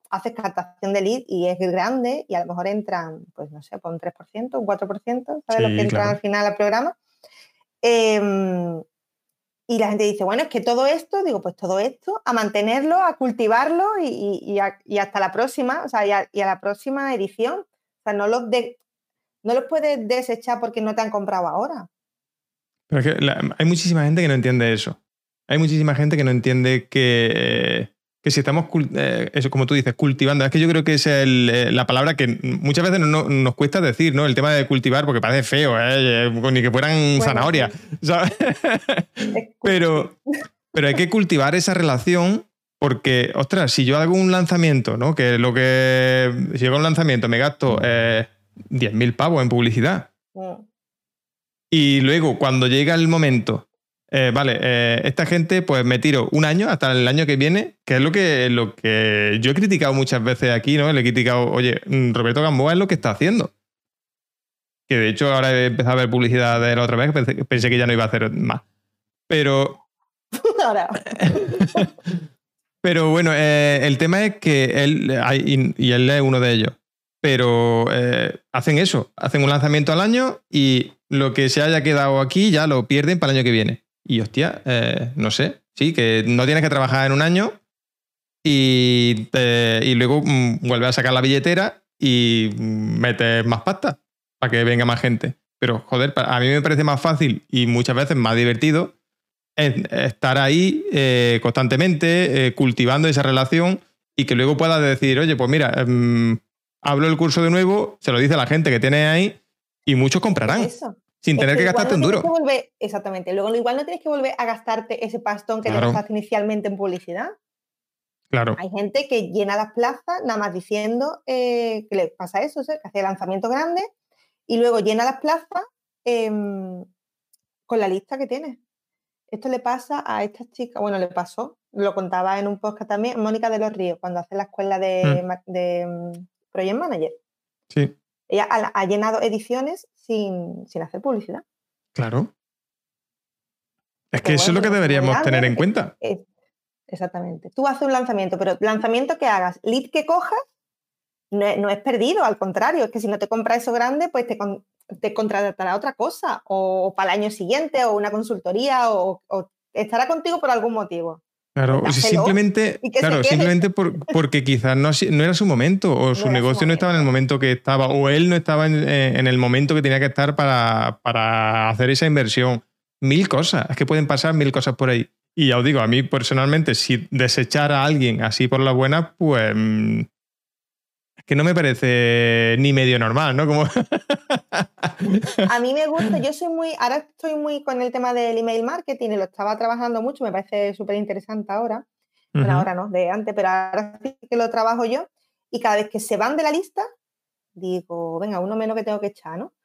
haces captación de lead y es grande y a lo mejor entran, pues no sé, por un tres por ciento, un cuatro por ciento, ¿sabes? Sí, Lo que entran claro. al final al programa. Eh, y la gente dice, bueno, es que todo esto, digo, pues todo esto, a mantenerlo, a cultivarlo y, y, y, a, y hasta la próxima, o sea, y a, y a la próxima edición. O sea, no los, de, no los puedes desechar porque no te han comprado ahora. Pero es que la, hay muchísima gente que no entiende eso. Hay muchísima gente que no entiende que, eh, que si estamos, eh, eso como tú dices, cultivando. Es que yo creo que esa es el, eh, la palabra que muchas veces no, no, nos cuesta decir, ¿no? El tema de cultivar, porque parece feo, ¿eh? Ni que fueran bueno, zanahorias, ¿sabes? pero, pero hay que cultivar esa relación porque, ostras, si yo hago un lanzamiento, ¿no? Que lo que... Si yo hago un lanzamiento me gasto eh, diez mil pavos en publicidad. Mm. Y luego, cuando llega el momento... Eh, vale, eh, esta gente pues me tiro un año hasta el año que viene, que es lo que, lo que yo he criticado muchas veces aquí, ¿no? Le he criticado, oye, Roberto Gamboa es lo que está haciendo. Que de hecho ahora he empezado a ver publicidad de la otra vez, pensé, pensé que ya no iba a hacer más. Pero... Ahora. Pero bueno, eh, el tema es que él, y, y él es uno de ellos, pero eh, hacen eso, hacen un lanzamiento al año y lo que se haya quedado aquí ya lo pierden para el año que viene. Y hostia, eh, no sé, sí, que no tienes que trabajar en un año y, te, y luego mm, vuelves a sacar la billetera y metes más pasta para que venga más gente. Pero joder, a mí me parece más fácil y muchas veces más divertido estar ahí eh, constantemente, eh, cultivando esa relación y que luego puedas decir, oye, pues mira, eh, hablo el curso de nuevo, se lo dice a la gente que tiene ahí y muchos comprarán. Eso. Sin tener es que, que gastarte no un duro. Que volver, exactamente. Luego igual no tienes que volver a gastarte ese pastón que claro. te gastaste inicialmente en publicidad. Claro. Hay gente que llena las plazas nada más diciendo eh, que le pasa eso, ¿sí? Que hace lanzamientos grandes y luego llena las plazas eh, con la lista que tiene. Esto le pasa a estas chicas, bueno, le pasó, lo contaba en un podcast también, Mónica de los Ríos, cuando hace la escuela de, mm. de, de Project Manager. Sí. Ella ha, ha llenado ediciones sin, sin hacer publicidad. Claro. Es que bueno, eso es lo que deberíamos grande, tener en cuenta. Es, es, exactamente. Tú haces un lanzamiento, pero lanzamiento que hagas, lead que cojas, no es, no es perdido, al contrario, es que si no te compras eso grande, pues te, te contratará otra cosa, o, o para el año siguiente, o una consultoría, o, o estará contigo por algún motivo. Claro, o sea, simplemente, claro, simplemente por, porque quizás no, no era su momento, o su no negocio su no estaba en el momento que estaba, o él no estaba en, en el momento que tenía que estar para, para hacer esa inversión. Mil cosas, es que pueden pasar mil cosas por ahí. Y ya os digo, a mí personalmente, si desechar a alguien así por la buena, pues es que no me parece ni medio normal, ¿no? Como... A mí me gusta, yo soy muy, ahora estoy muy con el tema del email marketing y lo estaba trabajando mucho, me parece súper interesante ahora. Uh-huh. Bueno, ahora no, de antes, pero ahora sí que lo trabajo yo. Y cada vez que se van de la lista, digo, venga, uno menos que tengo que echar, ¿no?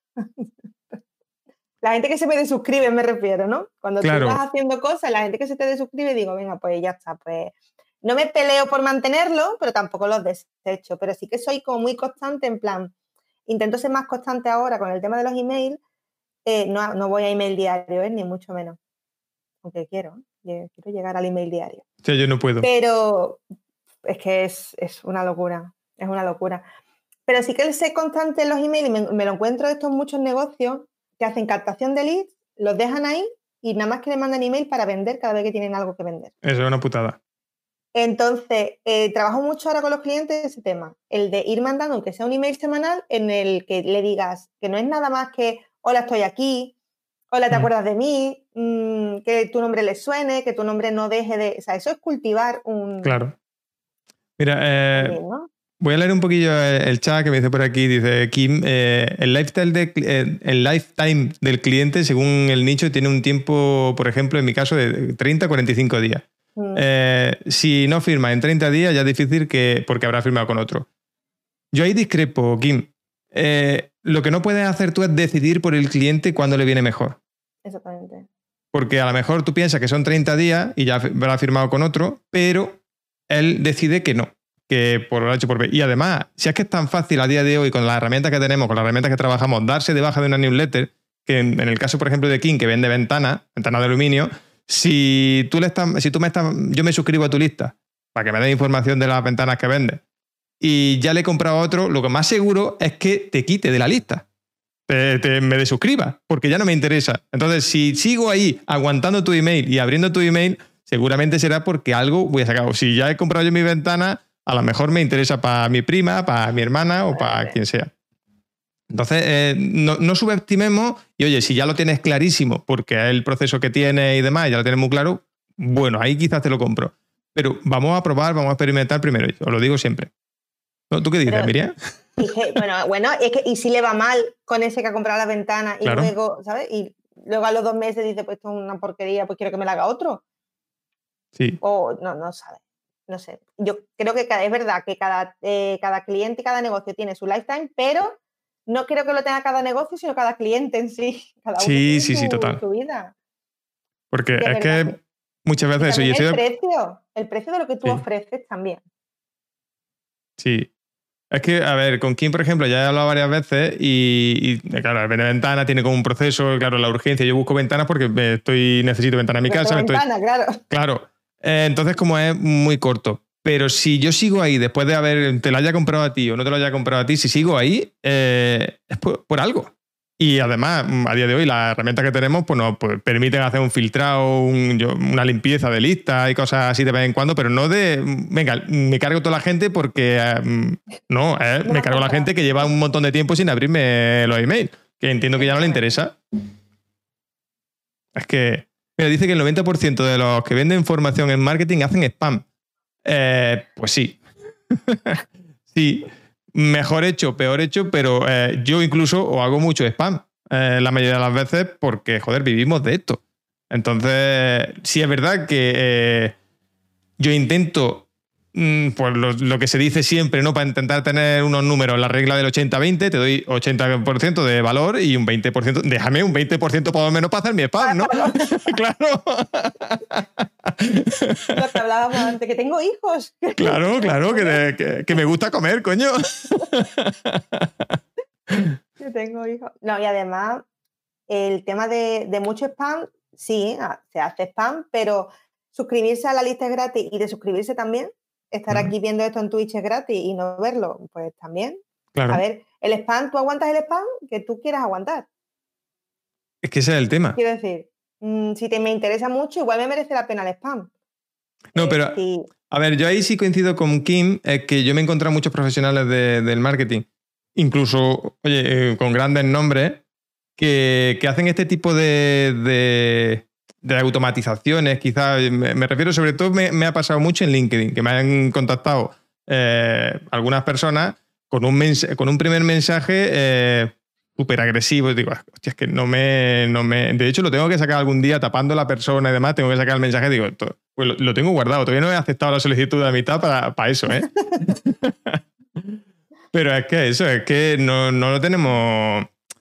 La gente que se me desuscribe, me refiero, ¿no? Cuando claro. tú vas haciendo cosas, la gente que se te desuscribe, digo, venga, pues ya está, pues... No me peleo por mantenerlo, pero tampoco los desecho. Pero sí que soy como muy constante, en plan, intento ser más constante ahora con el tema de los emails. Eh, no, no voy a email diario, ¿eh? Ni mucho menos. Aunque quiero, ¿eh? Quiero llegar al email diario. Sí, yo no puedo. Pero es que es, es una locura, es una locura. Pero sí que el ser constante en los emails, y me, me lo encuentro esto en muchos negocios que hacen captación de leads, los dejan ahí y nada más que le mandan email para vender cada vez que tienen algo que vender. Eso es una putada. Entonces, eh, trabajo mucho ahora con los clientes ese tema, el de ir mandando, aunque sea un email semanal, en el que le digas que no es nada más que hola, estoy aquí, hola, ¿te mm. acuerdas de mí? Mm, que tu nombre le suene, que tu nombre no deje de... O sea, eso es cultivar un... Claro. Mira, eh, también, ¿no? Voy a leer un poquillo el chat que me dice por aquí. Dice Kim, eh, el, lifestyle de, eh, el lifetime del cliente, según el nicho, tiene un tiempo, por ejemplo, en mi caso, de treinta a cuarenta y cinco días. Eh, si no firma en treinta días ya es difícil que porque habrá firmado con otro. Yo ahí discrepo, Kim. Eh, lo que no puedes hacer tú es decidir por el cliente cuándo le viene mejor. Exactamente. Porque a lo mejor tú piensas que son treinta días y ya habrá firmado con otro, pero él decide que no, que por H por B. Y además, si es que es tan fácil a día de hoy con las herramientas que tenemos, con las herramientas que trabajamos, darse de baja de una newsletter, que en, en el caso, por ejemplo, de Kim, que vende ventanas, ventanas de aluminio, Si tú, le estás, si tú me estás, yo me suscribo a tu lista para que me den información de las ventanas que vende, y ya le he comprado a otro, lo que más seguro es que te quite de la lista. Te, te, me desuscriba, porque ya no me interesa. Entonces, si sigo ahí aguantando tu email y abriendo tu email, seguramente será porque algo voy a sacar. O si ya he comprado yo mi ventana, a lo mejor me interesa para mi prima, para mi hermana o para quien sea. Entonces, eh, no, no subestimemos, y oye, si ya lo tienes clarísimo, porque es el proceso que tienes y demás, ya lo tienes muy claro, bueno, ahí quizás te lo compro. Pero vamos a probar, vamos a experimentar primero, os lo digo siempre. ¿No? ¿Tú qué dices, Pero, Miriam? Dije, bueno, bueno, es que y si le va mal con ese que ha comprado la ventana y claro. luego, ¿sabes? Y luego a los dos meses dice, pues esto es una porquería, pues quiero que me la haga otro. Sí. O no, no sabes. No sé. Yo creo que cada, es verdad que cada, eh, cada cliente y cada negocio tiene su lifetime, pero no creo que lo tenga cada negocio, sino cada cliente en sí. Cada uno sí, tiene sí, su, sí, total. su vida. Porque es, es que, que muchas veces eso. Y el de... precio, el precio de lo que tú sí. ofreces también. Sí. Es que, a ver, con Kim, por ejemplo, ya he hablado varias veces y, y claro, vende ventana, tiene como un proceso, claro, la urgencia. Yo busco ventanas porque estoy, necesito ventana en mi casa. Ventana, estoy, claro. Claro. Eh, entonces, como es muy corto. Pero si yo sigo ahí, después de haber, te lo haya comprado a ti o no te lo haya comprado a ti, si sigo ahí, eh, es por, por algo. Y además, a día de hoy, las herramientas que tenemos pues nos pues, permiten hacer un filtrado, un, yo, una limpieza de listas y cosas así de vez en cuando, pero no de, venga, me cargo toda la gente porque, um, no, eh, me cargo la gente que lleva un montón de tiempo sin abrirme los emails, que entiendo que ya no le interesa. Es que, mira, dice que el noventa por ciento de los que venden formación en marketing hacen spam. Eh, pues sí. Sí. Mejor hecho, peor hecho, pero eh, yo incluso o hago mucho spam eh, la mayoría de las veces porque, joder, vivimos de esto. Entonces, sí es verdad que eh, yo intento, mm, pues lo, lo que se dice siempre, ¿no? Para intentar tener unos números, la regla del ochenta veinte, te doy ochenta por ciento de valor y un veinte por ciento, déjame un veinte por ciento por lo menos para hacer mi spam, ¿no? Claro. Lo que hablábamos antes, que tengo hijos. Claro, claro, que, de, que, que me gusta comer, coño. Que tengo hijos. No, y además, el tema de, de mucho spam, sí, se hace spam, pero suscribirse a la lista es gratis y de suscribirse también, estar uh-huh. aquí viendo esto en Twitch es gratis y no verlo, pues también. Claro. A ver, el spam, tú aguantas el spam que tú quieras aguantar. Es que ese es el tema. Quiero decir, si te me interesa mucho, igual me merece la pena el spam. No, eh, pero sí. a ver, yo ahí sí coincido con Kim, es que yo me he encontrado muchos profesionales de, del marketing, incluso, oye, eh, con grandes nombres, que, que hacen este tipo de, de, de automatizaciones, quizás, me, me refiero sobre todo, me, me ha pasado mucho en LinkedIn, que me han contactado eh, algunas personas con un, mens- con un primer mensaje eh, súper agresivo. Digo, hostia, es que no me, no me... De hecho, lo tengo que sacar algún día tapando a la persona y demás, tengo que sacar el mensaje. Digo, pues lo, lo tengo guardado. Todavía no he aceptado la solicitud de amistad para, para eso, ¿eh? Pero es que eso, es que no, no lo tenemos...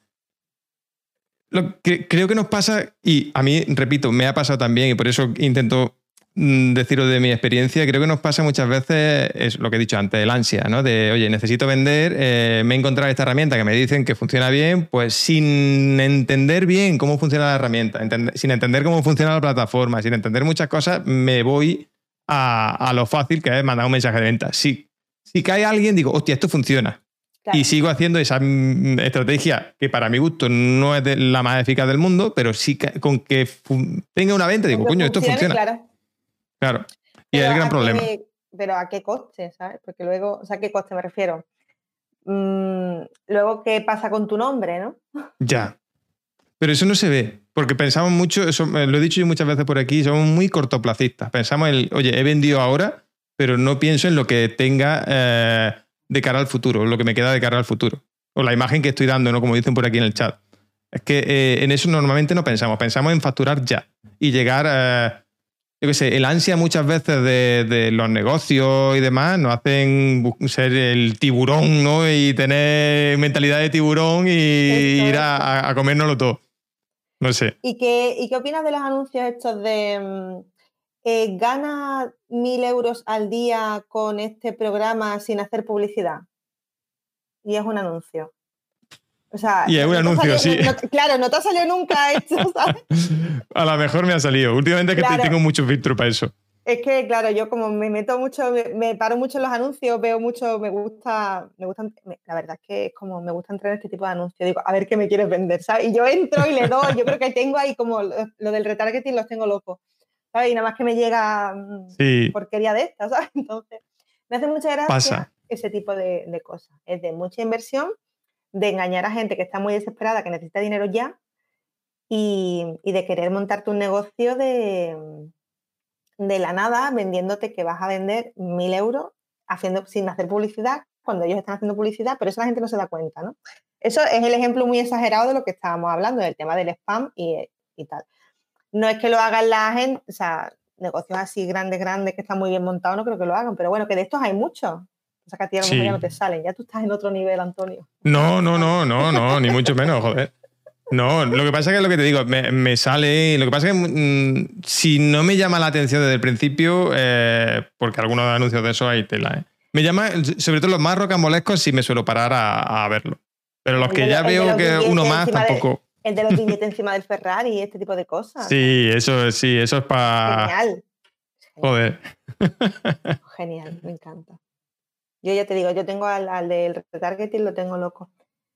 Lo que creo que nos pasa, y a mí, repito, me ha pasado también, y por eso intento deciros de mi experiencia, creo que nos pasa muchas veces, es lo que he dicho antes, el ansia, ¿no? De, oye, necesito vender, eh, me he encontrado esta herramienta que me dicen que funciona bien, pues sin entender bien cómo funciona la herramienta, entender, sin entender cómo funciona la plataforma, sin entender muchas cosas, me voy a, a lo fácil que es mandar un mensaje de venta. Si, si cae alguien, digo, hostia, esto funciona. Claro. Y sigo haciendo esa estrategia que para mi gusto no es de la más eficaz del mundo, pero sí que, con que fun- tenga una venta, digo, coño, esto funciona. Claro. Claro, y es el gran problema. Qué, pero ¿a qué coste, sabes? Porque luego, o sea, ¿a qué coste me refiero? Mm, luego, ¿qué pasa con tu nombre, no? Ya, pero eso no se ve, porque pensamos mucho, eso lo he dicho yo muchas veces por aquí, somos muy cortoplacistas. Pensamos en, oye, he vendido ahora, pero no pienso en lo que tenga eh, de cara al futuro, lo que me queda de cara al futuro. O la imagen que estoy dando, ¿no? Como dicen por aquí en el chat. Es que eh, en eso normalmente no pensamos, pensamos en facturar ya y llegar a... Eh, yo qué sé, el ansia muchas veces de, de los negocios y demás nos hacen ser el tiburón, ¿no? Y tener mentalidad de tiburón y Esto ir a, a comérnoslo todo. No sé. ¿Y qué, ¿Y qué opinas de los anuncios estos de eh, gana mil euros al día con este programa sin hacer publicidad? Y es un anuncio. O sea, y es un no anuncio, salido, sí. No, no, claro, no te ha salido nunca esto, ¿sabes? A lo mejor me ha salido. Últimamente es que claro. tengo mucho filtro para eso. Es que, claro, yo como me meto mucho, me, me paro mucho en los anuncios, veo mucho, me gusta, me gustan, me, la verdad es que es como me gusta entrar en este tipo de anuncios. Digo, a ver qué me quieres vender, ¿sabes? Y yo entro y le doy, yo creo que tengo ahí como lo, lo del retargeting los tengo locos, ¿sabes? Y nada más que me llega sí. porquería de esta, ¿sabes? Entonces, me hace mucha gracia Pasa. ese tipo de, de cosas. Es de mucha inversión, de engañar a gente que está muy desesperada, que necesita dinero ya, y, y de querer montarte un negocio de... de la nada, vendiéndote que vas a vender mil euros haciendo, sin hacer publicidad, cuando ellos están haciendo publicidad, pero eso la gente no se da cuenta, ¿no? Eso es el ejemplo muy exagerado de lo que estábamos hablando, del tema del spam y, y tal. No es que lo hagan la gente, o sea, negocios así grandes, grandes, que están muy bien montados, no creo que lo hagan, pero bueno, que de estos hay muchos. O sea, que a ti a lo mejor Sí. ya no te salen, ya tú estás en otro nivel, Antonio. No, no, no, no, no, ni mucho menos, joder. No, lo que pasa es que es lo que te digo, me, me sale. Lo que pasa es que mmm, si no me llama la atención desde el principio, eh, porque algunos anuncios de eso hay tela, ¿eh? Me llama, sobre todo los más rocambolescos, sí me suelo parar a, a verlo. Pero los el que de, ya veo que uno más tampoco. De, el de los billetes encima del Ferrari y este tipo de cosas. Sí, eso, sí, eso es para. Genial. Joder. Genial, me encanta. Yo ya te digo, yo tengo al, al del retargeting, lo tengo loco.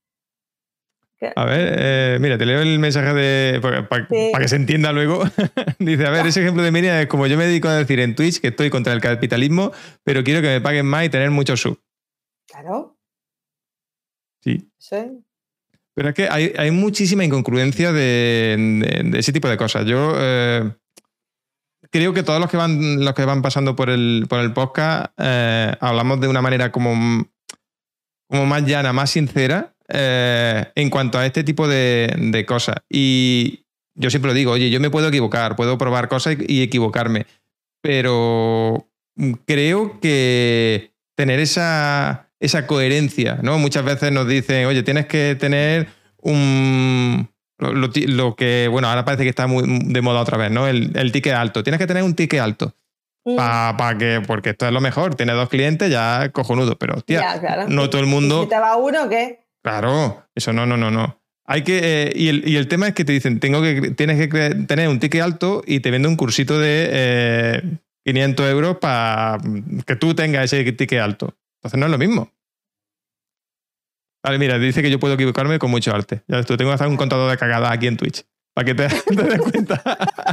A ver, eh, mira, te leo el mensaje de para pa, sí. pa que se entienda luego. Dice, a ver, ese ejemplo de Miriam es como yo me dedico a decir en Twitch que estoy contra el capitalismo, pero quiero que me paguen más y tener muchos subs. Claro. Sí. Sí. Pero es que hay, hay muchísima incongruencia de, de, de ese tipo de cosas. Yo eh, creo que todos los que van, los que van pasando por el, por el podcast eh, hablamos de una manera como, como más llana, más sincera. Eh, en cuanto a este tipo de, de cosas. Y yo siempre lo digo, oye, yo me puedo equivocar, puedo probar cosas y, y equivocarme, pero creo que tener esa, esa coherencia, ¿no? Muchas veces nos dicen, oye, tienes que tener un... Lo, lo, lo que, bueno, ahora parece que está muy de moda otra vez, ¿no? El, el ticket alto. Tienes que tener un ticket alto. Mm. Pa, pa que, porque esto es lo mejor. Tienes dos clientes, ya cojonudo, pero hostia, ya, claro. No todo el mundo... ¿Y si te va uno, qué? Claro, eso no, no, no, no. Hay que, eh, y, el, y el tema es que te dicen, tengo que, tienes que tener un ticket alto y te vende un cursito de eh, quinientos euros para que tú tengas ese ticket alto. Entonces no es lo mismo. Vale, mira, dice que yo puedo equivocarme con mucho arte. Ya ves tú, tengo que hacer un contador de cagadas aquí en Twitch, para que te, te des cuenta.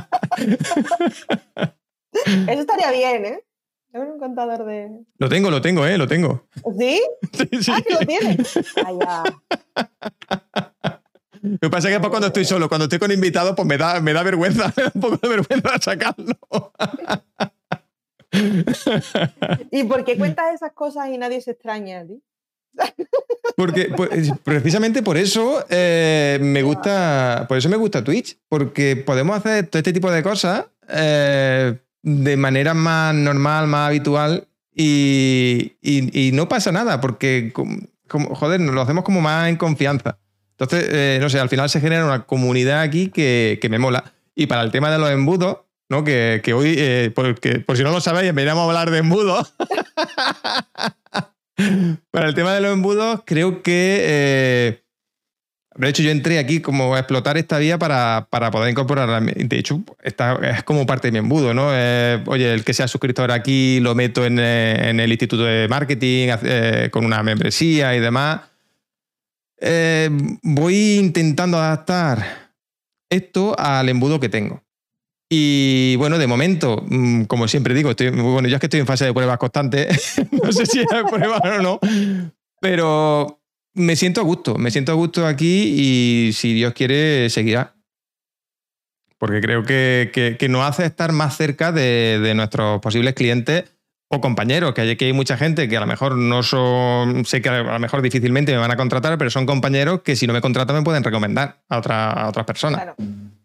Eso estaría bien, ¿eh? Un contador de... Lo tengo, lo tengo, ¿eh? Lo tengo. ¿Sí? Sí, sí. Ah, que lo tienes. Ah, ya. Lo que pasa es que pues, cuando estoy solo, cuando estoy con invitados, pues me da, me da vergüenza, me da un poco de vergüenza sacarlo. ¿Y por qué cuentas esas cosas y nadie se extraña a ti? Porque pues, precisamente por eso eh, me gusta, por eso me gusta Twitch, porque podemos hacer todo este tipo de cosas eh, de manera más normal, más habitual y, y, y no pasa nada, porque como, joder, nos lo hacemos como más en confianza. Entonces, eh, no sé, al final se genera una comunidad aquí que, que me mola. Y para el tema de los embudos, ¿no? Que, que hoy, eh, porque, por si no lo sabéis, veníamos a hablar de embudos. Para el tema de los embudos, creo que... Eh, de hecho, yo entré aquí como a explotar esta vía para, para poder incorporar... De hecho, esta es como parte de mi embudo, ¿no? Eh, oye, el que sea suscriptor aquí lo meto en, en el Instituto de Marketing eh, con una membresía y demás. Eh, voy intentando adaptar esto al embudo que tengo. Y bueno, de momento, como siempre digo, estoy, bueno, yo es que estoy en fase de pruebas constantes, no sé si es prueba o no, pero me siento a gusto, me siento a gusto aquí y si Dios quiere, seguirá. Porque creo que, que, que nos hace estar más cerca de, de nuestros posibles clientes o compañeros, que hay, que hay mucha gente que a lo mejor no son, sé que a lo mejor difícilmente me van a contratar, pero son compañeros que si no me contratan me pueden recomendar a, otra, a otras personas. Claro.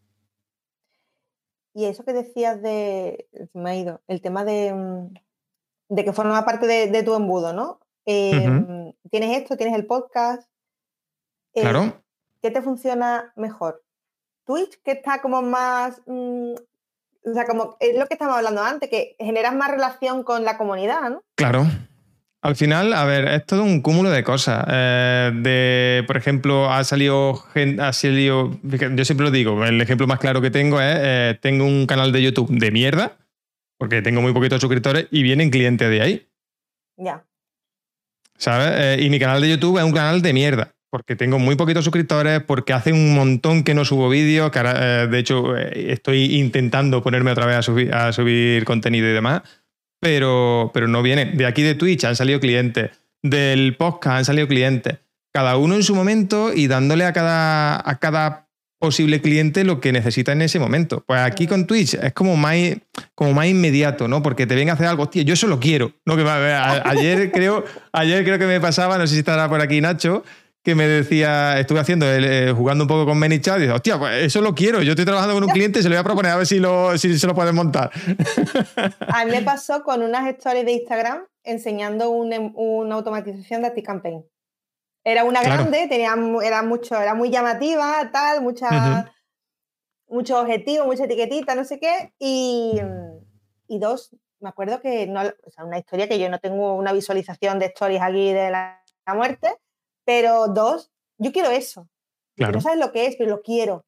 Y eso que decías de, me ha ido, el tema de, de que forma parte de, de tu embudo, ¿no? Eh, uh-huh. Tienes esto, tienes el podcast. Eh, claro. ¿Qué te funciona mejor? Twitch, que está como más... Mmm, o sea, como es lo que estábamos hablando antes, que generas más relación con la comunidad, ¿no? Claro. Al final, a ver, es todo un cúmulo de cosas. Eh, de, por ejemplo, ha salido, ha salido... Yo siempre lo digo, el ejemplo más claro que tengo es, eh, tengo un canal de YouTube de mierda, porque tengo muy poquitos suscriptores y vienen clientes de ahí. Ya. ¿Sabes? Eh, y mi canal de YouTube es un canal de mierda, porque tengo muy poquitos suscriptores, porque hace un montón que no subo vídeos, que ahora, eh, de hecho eh, estoy intentando ponerme otra vez a subir, a subir contenido y demás, pero, pero no viene. De aquí de Twitch han salido clientes, del podcast han salido clientes, cada uno en su momento y dándole a cada, a cada posible cliente lo que necesita en ese momento. Pues aquí con Twitch es como más, como más inmediato, ¿no? Porque te ven a hacer algo, hostia, yo eso lo quiero. ¿No? Que, a, ayer, creo, ayer creo que me pasaba, no sé si estará por aquí Nacho, que me decía, estuve haciendo, eh, jugando un poco con ManyChat y dice, hostia, pues eso lo quiero. Yo estoy trabajando con un cliente, se lo voy a proponer a ver si, lo, si se lo pueden montar. A mí me pasó con unas stories de Instagram enseñando un, una automatización de ActiveCampaign. Era una claro. grande, tenía, era, mucho, era muy llamativa, tal, mucha, uh-huh. muchos objetivos, mucha etiquetita, no sé qué. Y, y dos, me acuerdo que, no, o sea, una historia que yo no tengo una visualización de stories aquí de la, la muerte, pero dos, yo quiero eso. Claro. No sabes lo que es, pero lo quiero.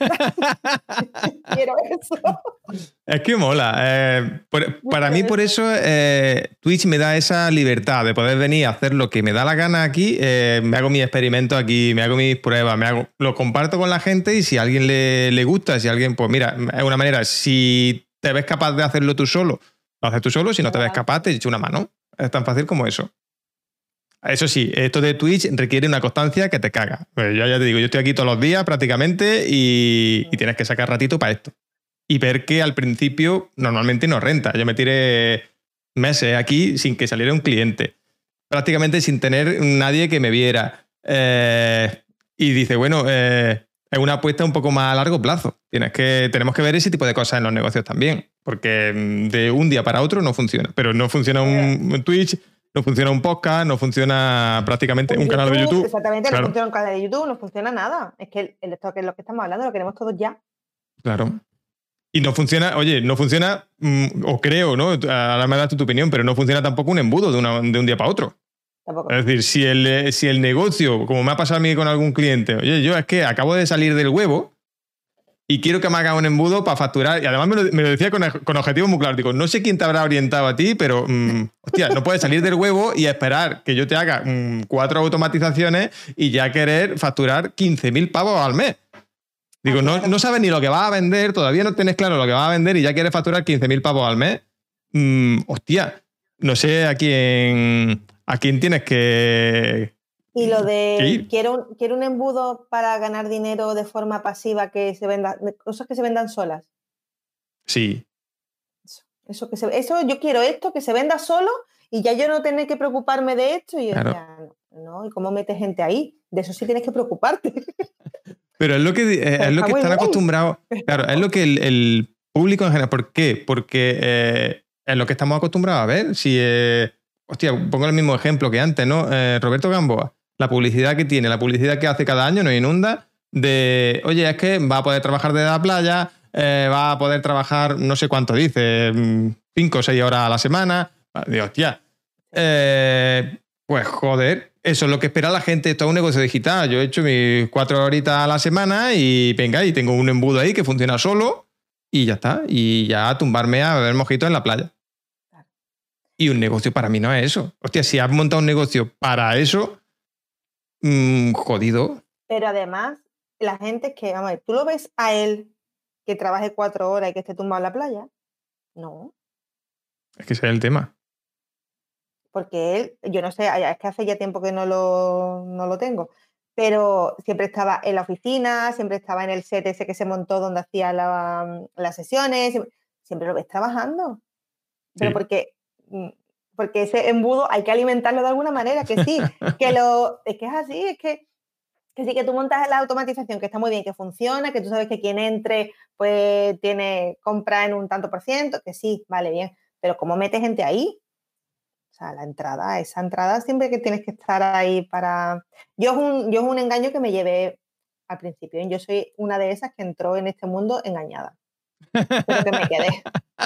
Quiero eso. Es que mola. Eh, por, para mí, por eso, eh, Twitch me da esa libertad de poder venir a hacer lo que me da la gana aquí. Eh, me hago mis experimentos aquí, me hago mis pruebas, me hago, lo comparto con la gente y si a alguien le, le gusta, si a alguien, pues mira, es una manera, si te ves capaz de hacerlo tú solo, lo haces tú solo, si no te ves capaz, te echo una mano. Es tan fácil como eso. Eso sí, esto de Twitch requiere una constancia que te caga. Pues yo ya te digo, yo estoy aquí todos los días prácticamente y, y tienes que sacar ratito para esto. Y ver que al principio normalmente no renta. Yo me tiré meses aquí sin que saliera un cliente. Prácticamente sin tener nadie que me viera. Eh, y dice, bueno, eh, es una apuesta un poco más a largo plazo. Tienes que, tenemos que ver ese tipo de cosas en los negocios también. Porque de un día para otro no funciona. Pero no funciona un, un Twitch... No funciona un podcast, no funciona prácticamente un, un YouTube, canal de YouTube. Exactamente, claro. No funciona un canal de YouTube, no funciona nada. Es que el, el, esto que es lo que estamos hablando, lo queremos todos ya. Claro. Y no funciona, oye, no funciona, mmm, o creo, ¿no? Ahora me das tu, tu opinión, pero no funciona tampoco un embudo de, una, de un día para otro. Tampoco. Es decir, si el, si el negocio, como me ha pasado a mí con algún cliente, oye, yo es que acabo de salir del huevo y quiero que me haga un embudo para facturar. Y además me lo, me lo decía con, con objetivos muy claros. Digo, no sé quién te habrá orientado a ti, pero, mmm, hostia, no puedes salir del huevo y esperar que yo te haga mmm, cuatro automatizaciones y ya querer facturar quince mil pavos al mes. Digo, no, no sabes ni lo que vas a vender, todavía no tienes claro lo que vas a vender y ya quieres facturar quince mil pavos al mes. Mm, hostia, no sé a quién, a quién tienes que... Y lo de quiero, quiero un embudo para ganar dinero de forma pasiva, que se venda, cosas que se vendan solas. Sí. Eso, eso, que se, eso yo quiero esto, que se venda solo y ya yo no tener que preocuparme de esto. Y yo claro. ya, no, no, ¿y cómo metes gente ahí? De eso sí tienes que preocuparte. Pero es lo que, eh, es lo que están acostumbrados. Claro, es lo que el, el público en general. ¿Por qué? Porque eh, es lo que estamos acostumbrados a ver. Si, eh, hostia, pongo el mismo ejemplo que antes, ¿no? Eh, Roberto Gamboa. La publicidad que tiene, la publicidad que hace cada año nos inunda de, oye, es que va a poder trabajar desde la playa, eh, va a poder trabajar, no sé cuánto dice, cinco o seis horas a la semana. Digo, hostia, eh, pues joder, eso es lo que espera la gente. Esto es un negocio digital. Yo he hecho mis cuatro horitas a la semana y venga, y tengo un embudo ahí que funciona solo y ya está. Y ya a tumbarme a beber mojitos en la playa. Y un negocio para mí no es eso. Hostia, si has montado un negocio para eso... Mm, jodido. Pero además, la gente que, vamos a ver, ¿tú lo ves a él que trabaje cuatro horas y que esté tumbado en la playa? No. Es que ese es el tema. Porque él, yo no sé, es que hace ya tiempo que no lo, no lo tengo, pero siempre estaba en la oficina, siempre estaba en el set ese que se montó donde hacía la, las sesiones, siempre, siempre lo ves trabajando. Pero sí. porque... porque ese embudo hay que alimentarlo de alguna manera, que sí, que lo, es que es así, es que, que sí que tú montas la automatización, que está muy bien, que funciona, que tú sabes que quien entre pues tiene compra en un tanto por ciento, que sí, vale, bien, pero ¿cómo metes gente ahí? O sea, la entrada, esa entrada siempre que tienes que estar ahí para... Yo es un, yo es un engaño que me llevé al principio, yo soy una de esas que entró en este mundo engañada, pero que me quedé.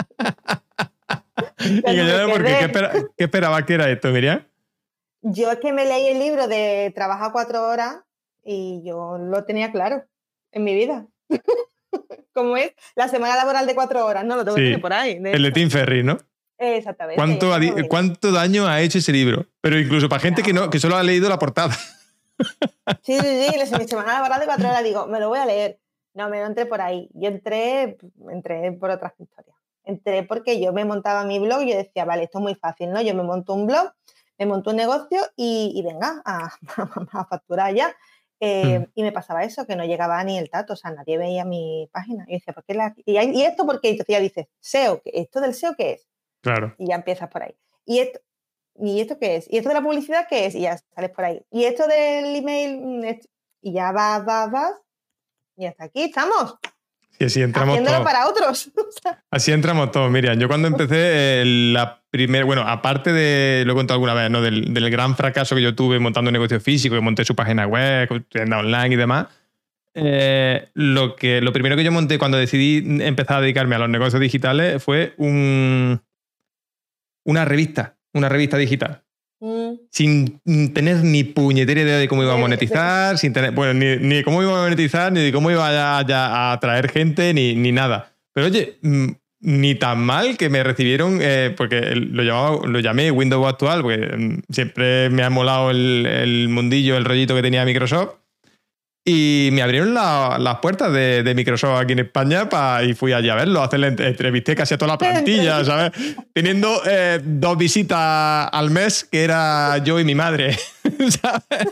¿Y que yo, ¿por qué? ¿Qué, espera, ¿Qué esperabas que era esto, Miriam? Yo es que me leí el libro de trabajar cuatro horas y yo lo tenía claro en mi vida. como es la semana laboral de cuatro horas, ¿no? Lo tengo Sí, que tener por ahí. de el de hecho. Tim Ferriss, ¿no? Exactamente. ¿Cuánto, yo ha tengo di- que- ¿Cuánto daño ha hecho ese libro? Pero incluso para gente que, no, que solo ha leído la portada. Sí, sí, sí, la- mi semana laboral de cuatro horas, digo, me lo voy a leer. No, me lo entré por ahí. Yo entré, entré por otras historias. Entré porque yo me montaba mi blog y yo decía, vale, esto es muy fácil, ¿no? Yo me monto un blog, me monto un negocio y, y venga, a, a facturar ya. Eh, Mm. Y me pasaba eso, que no llegaba ni el tato, o sea, nadie veía mi página. Y yo decía, ¿por qué la...? Y, hay- ¿y esto por qué? Entonces ya dices, S E O, ¿qué- ¿esto del S E O qué es? Claro. Y ya empiezas por ahí. ¿Y esto, ¿Y esto qué es? ¿Y esto de la publicidad qué es? Y ya sales por ahí. ¿Y esto del email? Mm, esto- Y ya vas, vas, vas. Y hasta aquí estamos. Y así entramos Haciéndolo todos. para otros. O sea, Así entramos todos, Miriam. Yo cuando empecé, eh, la primera, bueno, aparte de, lo he contado alguna vez, ¿no? Del, del gran fracaso que yo tuve montando un negocio físico, que monté su página web, tienda online y demás, eh, lo, que, lo primero que yo monté cuando decidí empezar a dedicarme a los negocios digitales fue un, una revista, una revista digital. mm, Sin tener ni puñetera idea de cómo iba a De- de- monetizar, sin tener, bueno, ni, ni de cómo iba a monetizar, ni de cómo iba a, a atraer gente, ni, ni nada. Pero oye, mm, ni tan mal que me recibieron, eh, porque lo, llamaba, lo llamé Windows Actual, porque mm, siempre me ha molado el, el mundillo, el rollito que tenía Microsoft. Y me abrieron la- las puertas de, de Microsoft aquí en España pa, y fui allí a verlo, a hacerle ent- entrevisté casi a toda la plantilla, ¿sabes? Teniendo eh, dos visitas al mes, que era yo y mi madre, ¿sabes?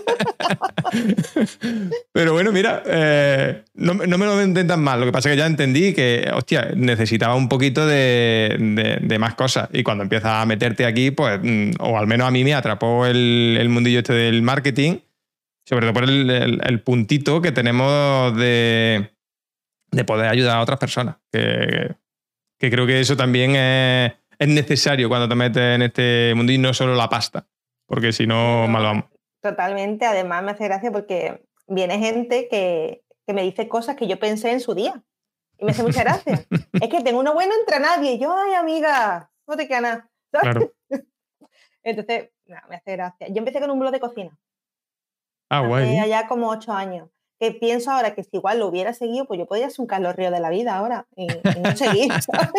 Pero bueno, mira, eh, no, no me lo intentan mal. Lo que pasa es que ya entendí que, hostia, necesitaba un poquito de, de- de más cosas. Y cuando empiezas a meterte aquí, pues, mm, o al menos a mí me atrapó el, el mundillo este del marketing, sobre todo por el, el- el puntito que tenemos de, de poder ayudar a otras personas. Que, que creo que eso también es, es necesario cuando te metes en este mundo y no solo la pasta, porque si no, No, mal vamos. Totalmente. Además, me hace gracia porque viene gente que, que me dice cosas que yo pensé en su día. Y me hace mucha gracia. Es que tengo uno bueno entre nadie. Y yo, ay, amiga, no te queda nada. ¿sabes? Claro. Entonces, nada, me hace gracia. Yo empecé con un blog de cocina. Ah, Hace guay. ya como ocho años. Que pienso ahora que si igual lo hubiera seguido, pues yo podría ser un Carlos Río de la vida ahora. Y, y no seguir. ¿sabes?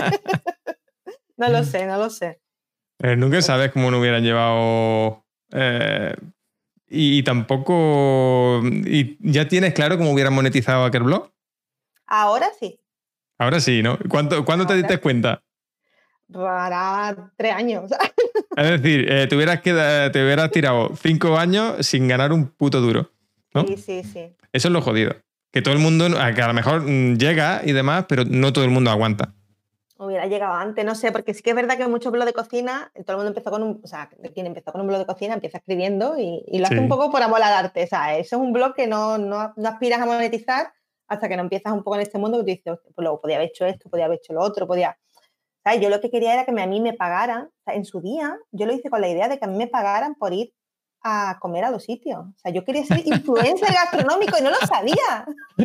No lo sé, no lo sé. Eh, nunca sabes cómo nos hubieran llevado. eh, y, y tampoco. ¿Y ya tienes claro cómo hubieran monetizado aquel blog? Ahora sí. Ahora sí, ¿no? ¿Cuánto, ¿Cuándo te Ahora diste cuenta? Para tres años. Es decir, eh, te, hubieras quedado, te hubieras tirado cinco años sin ganar un puto duro, ¿no? Sí, sí, sí. Eso es lo jodido. Que todo el mundo, que a lo mejor mm, llega y demás, pero no todo el mundo aguanta. Hubiera llegado antes, no sé, porque sí que es verdad que muchos blogs de cocina, todo el mundo empezó con un, o sea, quien empezó con un blog de cocina empieza escribiendo y, y lo hace Sí. un poco por amor al arte, o sea, eso es un blog que no, no, no aspiras a monetizar hasta que no empiezas un poco en este mundo que tú dices, "Hostia, pues luego podía haber hecho esto, podía haber hecho lo otro, podía..." ¿Sabes? Yo lo que quería era que a mí me pagaran, o sea, en su día yo lo hice con la idea de que a mí me pagaran por ir a comer a los sitios. O sea, yo quería ser influencer gastronómico y no lo sabía.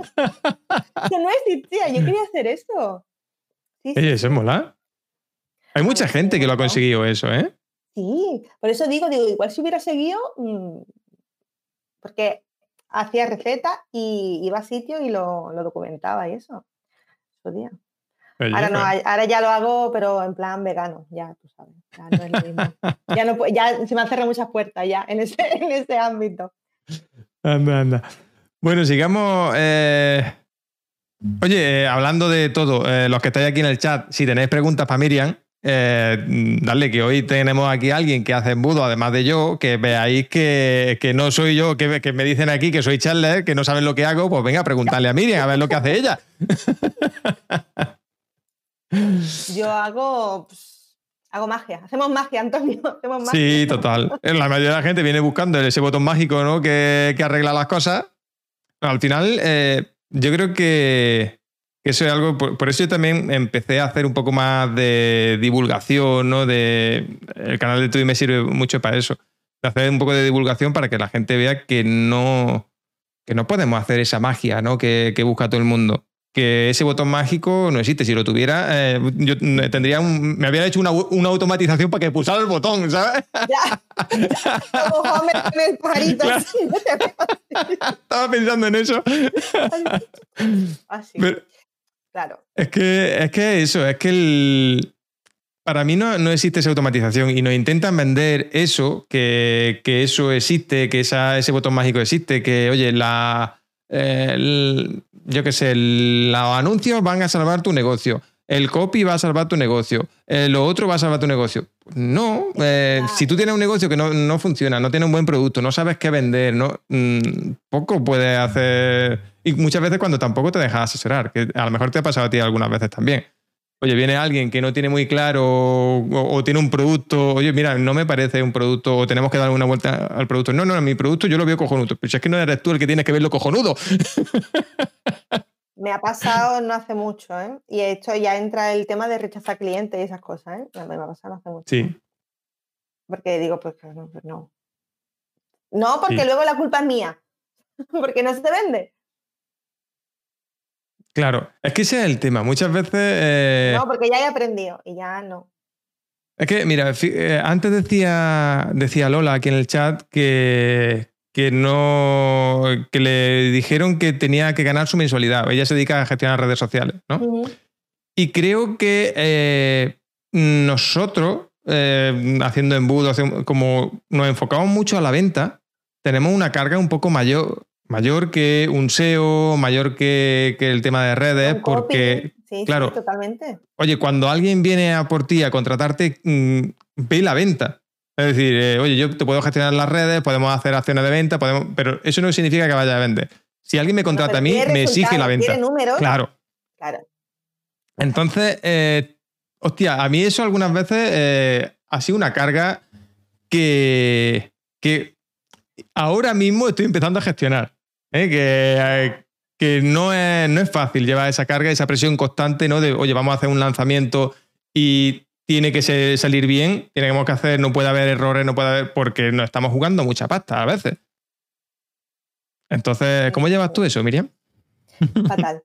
Eso no existía, yo quería hacer eso. Sí, sí, Oye, eso es mola. Hay mucha A mí sí gente me que lo ha gustó. conseguido eso, ¿eh? Sí, por eso digo, digo, igual si hubiera seguido, mmm, porque hacía recetas y iba a sitios y lo, lo documentaba y eso. Su día. Oye, Ahora no, pues, ahora ya lo hago, pero en plan vegano, ya tú sabes, ya no es lo mismo. Ya, no, pu- ya se me han cerrado muchas puertas ya en ese, en ese ámbito. anda, anda. Bueno, sigamos. eh, Oye, eh, hablando de todo, eh, los que estáis aquí en el chat, si tenéis preguntas para Miriam, eh, dale, que hoy tenemos aquí a alguien que hace embudo, además de yo, que veáis que, que no soy yo, que, que me dicen aquí que soy Chandler, que no saben lo que hago, pues venga, preguntarle a Miriam a ver lo que hace ella. Yo hago, pues, hago magia, hacemos magia, Antonio, hacemos magia. Sí, total. La mayoría de la gente viene buscando ese botón mágico, ¿no? que, que arregla las cosas. Al final, eh, yo creo que, que eso es algo. Por, por eso yo también empecé a hacer un poco más de divulgación, ¿no? De, el canal de Twitch me sirve mucho para eso. De hacer un poco de divulgación para que la gente vea que no, que no podemos hacer esa magia, ¿no? que, que busca todo el mundo. Que ese botón mágico no existe. Si lo tuviera, eh, yo tendría un, me había hecho una, una automatización para que pulsara el botón, ¿sabes? Ya, como Homer con el pajarito. Claro. así, ¿no te acuerdas? Estaba pensando en eso. Así. Pero, Claro. Es que es que eso, es que el, para mí no, no existe esa automatización y nos intentan vender eso, que, que eso existe, que esa, ese botón mágico existe, que oye, la, eh, el, yo qué sé, el, los anuncios van a salvar tu negocio, el copy va a salvar tu negocio, eh, lo otro va a salvar tu negocio. No, eh, si tú tienes un negocio que no, no funciona, no tiene un buen producto, no sabes qué vender, no, mmm, poco puedes hacer. Y muchas veces cuando tampoco te dejas asesorar, que a lo mejor te ha pasado a ti algunas veces también. Oye, viene alguien que no tiene muy claro o, o tiene un producto, oye, mira, no me parece un producto, o tenemos que dar una vuelta al producto. No, no, mi producto yo lo veo cojonudo. Pero si es que no eres tú el que tienes que verlo cojonudo. Me ha pasado no hace mucho, ¿eh? Y esto ya entra el tema de rechazar clientes y esas cosas, ¿eh? Me ha pasado no hace mucho. Sí. Porque digo, pues no. Pues no. No, porque Sí. luego la culpa es mía. Porque no se vende. Claro, es que ese es el tema. Muchas veces... Eh... No, porque ya he aprendido y ya no. Es que, mira, eh, antes decía, decía Lola aquí en el chat que, que no que le dijeron que tenía que ganar su mensualidad. Ella se dedica a gestionar redes sociales, ¿no? Uh-huh. Y creo que eh, nosotros, eh, haciendo embudo, hacemos, como nos enfocamos mucho a la venta, tenemos una carga un poco mayor, mayor que un S E O, mayor que, que el tema de redes, porque, sí, claro, sí, totalmente. Oye, cuando alguien viene a por ti a contratarte, mmm, ve la venta. Es decir, eh, oye, yo te puedo gestionar las redes, podemos hacer acciones de venta, podemos, pero eso no significa que vaya a vender. Si alguien me contrata no, a mí, me exige la venta. ¿Tiene números? Claro. Claro. Entonces, eh, hostia, a mí eso algunas veces eh, ha sido una carga que, que ahora mismo estoy empezando a gestionar. ¿eh? Que, eh, que no, es, no es fácil llevar esa carga, esa presión constante, ¿no? De, oye, vamos a hacer un lanzamiento y tiene que ser, salir bien, tenemos que hacer, no puede haber errores, no puede haber, porque nos estamos jugando mucha pasta a veces. Entonces, ¿cómo llevas tú eso, Miriam? Fatal.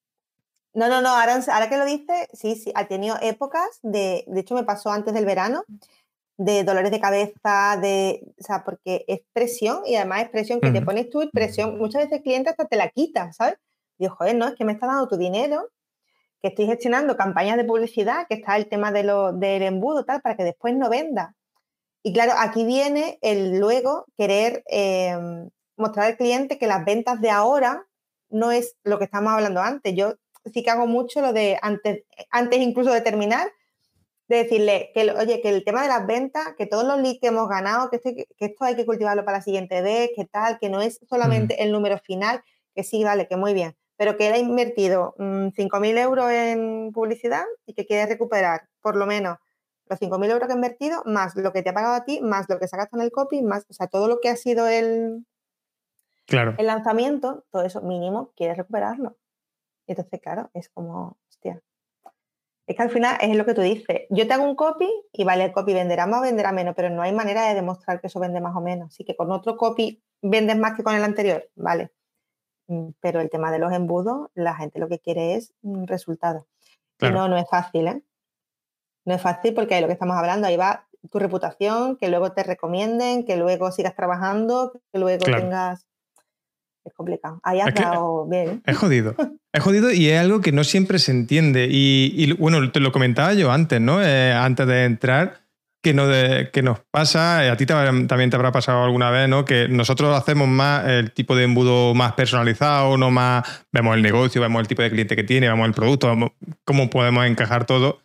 No, no, no, ahora, ahora que lo dices, sí, sí, ha tenido épocas, de, de hecho me pasó antes del verano, de dolores de cabeza, de, o sea, porque es presión y además es presión que uh-huh. te pones tú y presión, muchas veces el cliente hasta te la quita, ¿sabes? Digo, joder, no, es que me está dando tu dinero, que estoy gestionando campañas de publicidad, que está el tema de lo, del embudo, tal, para que después no venda. Y claro, aquí viene el luego querer eh, mostrar al cliente que las ventas de ahora no es lo que estamos hablando antes. Yo sí que hago mucho lo de antes, antes incluso de terminar, de decirle que, oye, que el tema de las ventas, que todos los leads que hemos ganado, que, este, que esto hay que cultivarlo para la siguiente vez, que tal, que no es solamente uh-huh. el número final, que sí, vale, que muy bien, pero que él ha invertido mmm, cinco mil euros en publicidad y que quiere recuperar por lo menos los cinco mil euros que ha invertido, más lo que te ha pagado a ti, más lo que se ha gastado en el copy, más, o sea, todo lo que ha sido el, claro. el lanzamiento, todo eso mínimo, quieres recuperarlo. Y entonces, claro, es como, hostia. Es que al final es lo que tú dices. Yo te hago un copy y vale, el copy venderá más o venderá menos, pero no hay manera de demostrar que eso vende más o menos. Así que con otro copy vendes más que con el anterior, vale. Pero el tema de los embudos, la gente lo que quiere es resultados. Claro. Y no, no es fácil, ¿eh? No es fácil porque hay lo que estamos hablando, ahí va tu reputación, que luego te recomienden, que luego sigas trabajando, que luego claro. tengas... Es complicado. Ahí has es dado bien. Es jodido. Es jodido y es algo que no siempre se entiende. Y, y bueno, te lo comentaba yo antes, ¿no? Eh, antes de entrar, que, no de, que nos pasa, a ti te, también te habrá pasado alguna vez, ¿no? Que nosotros hacemos más el tipo de embudo más personalizado, no más, vemos el negocio, vemos el tipo de cliente que tiene, vemos el producto, vemos cómo podemos encajar todo.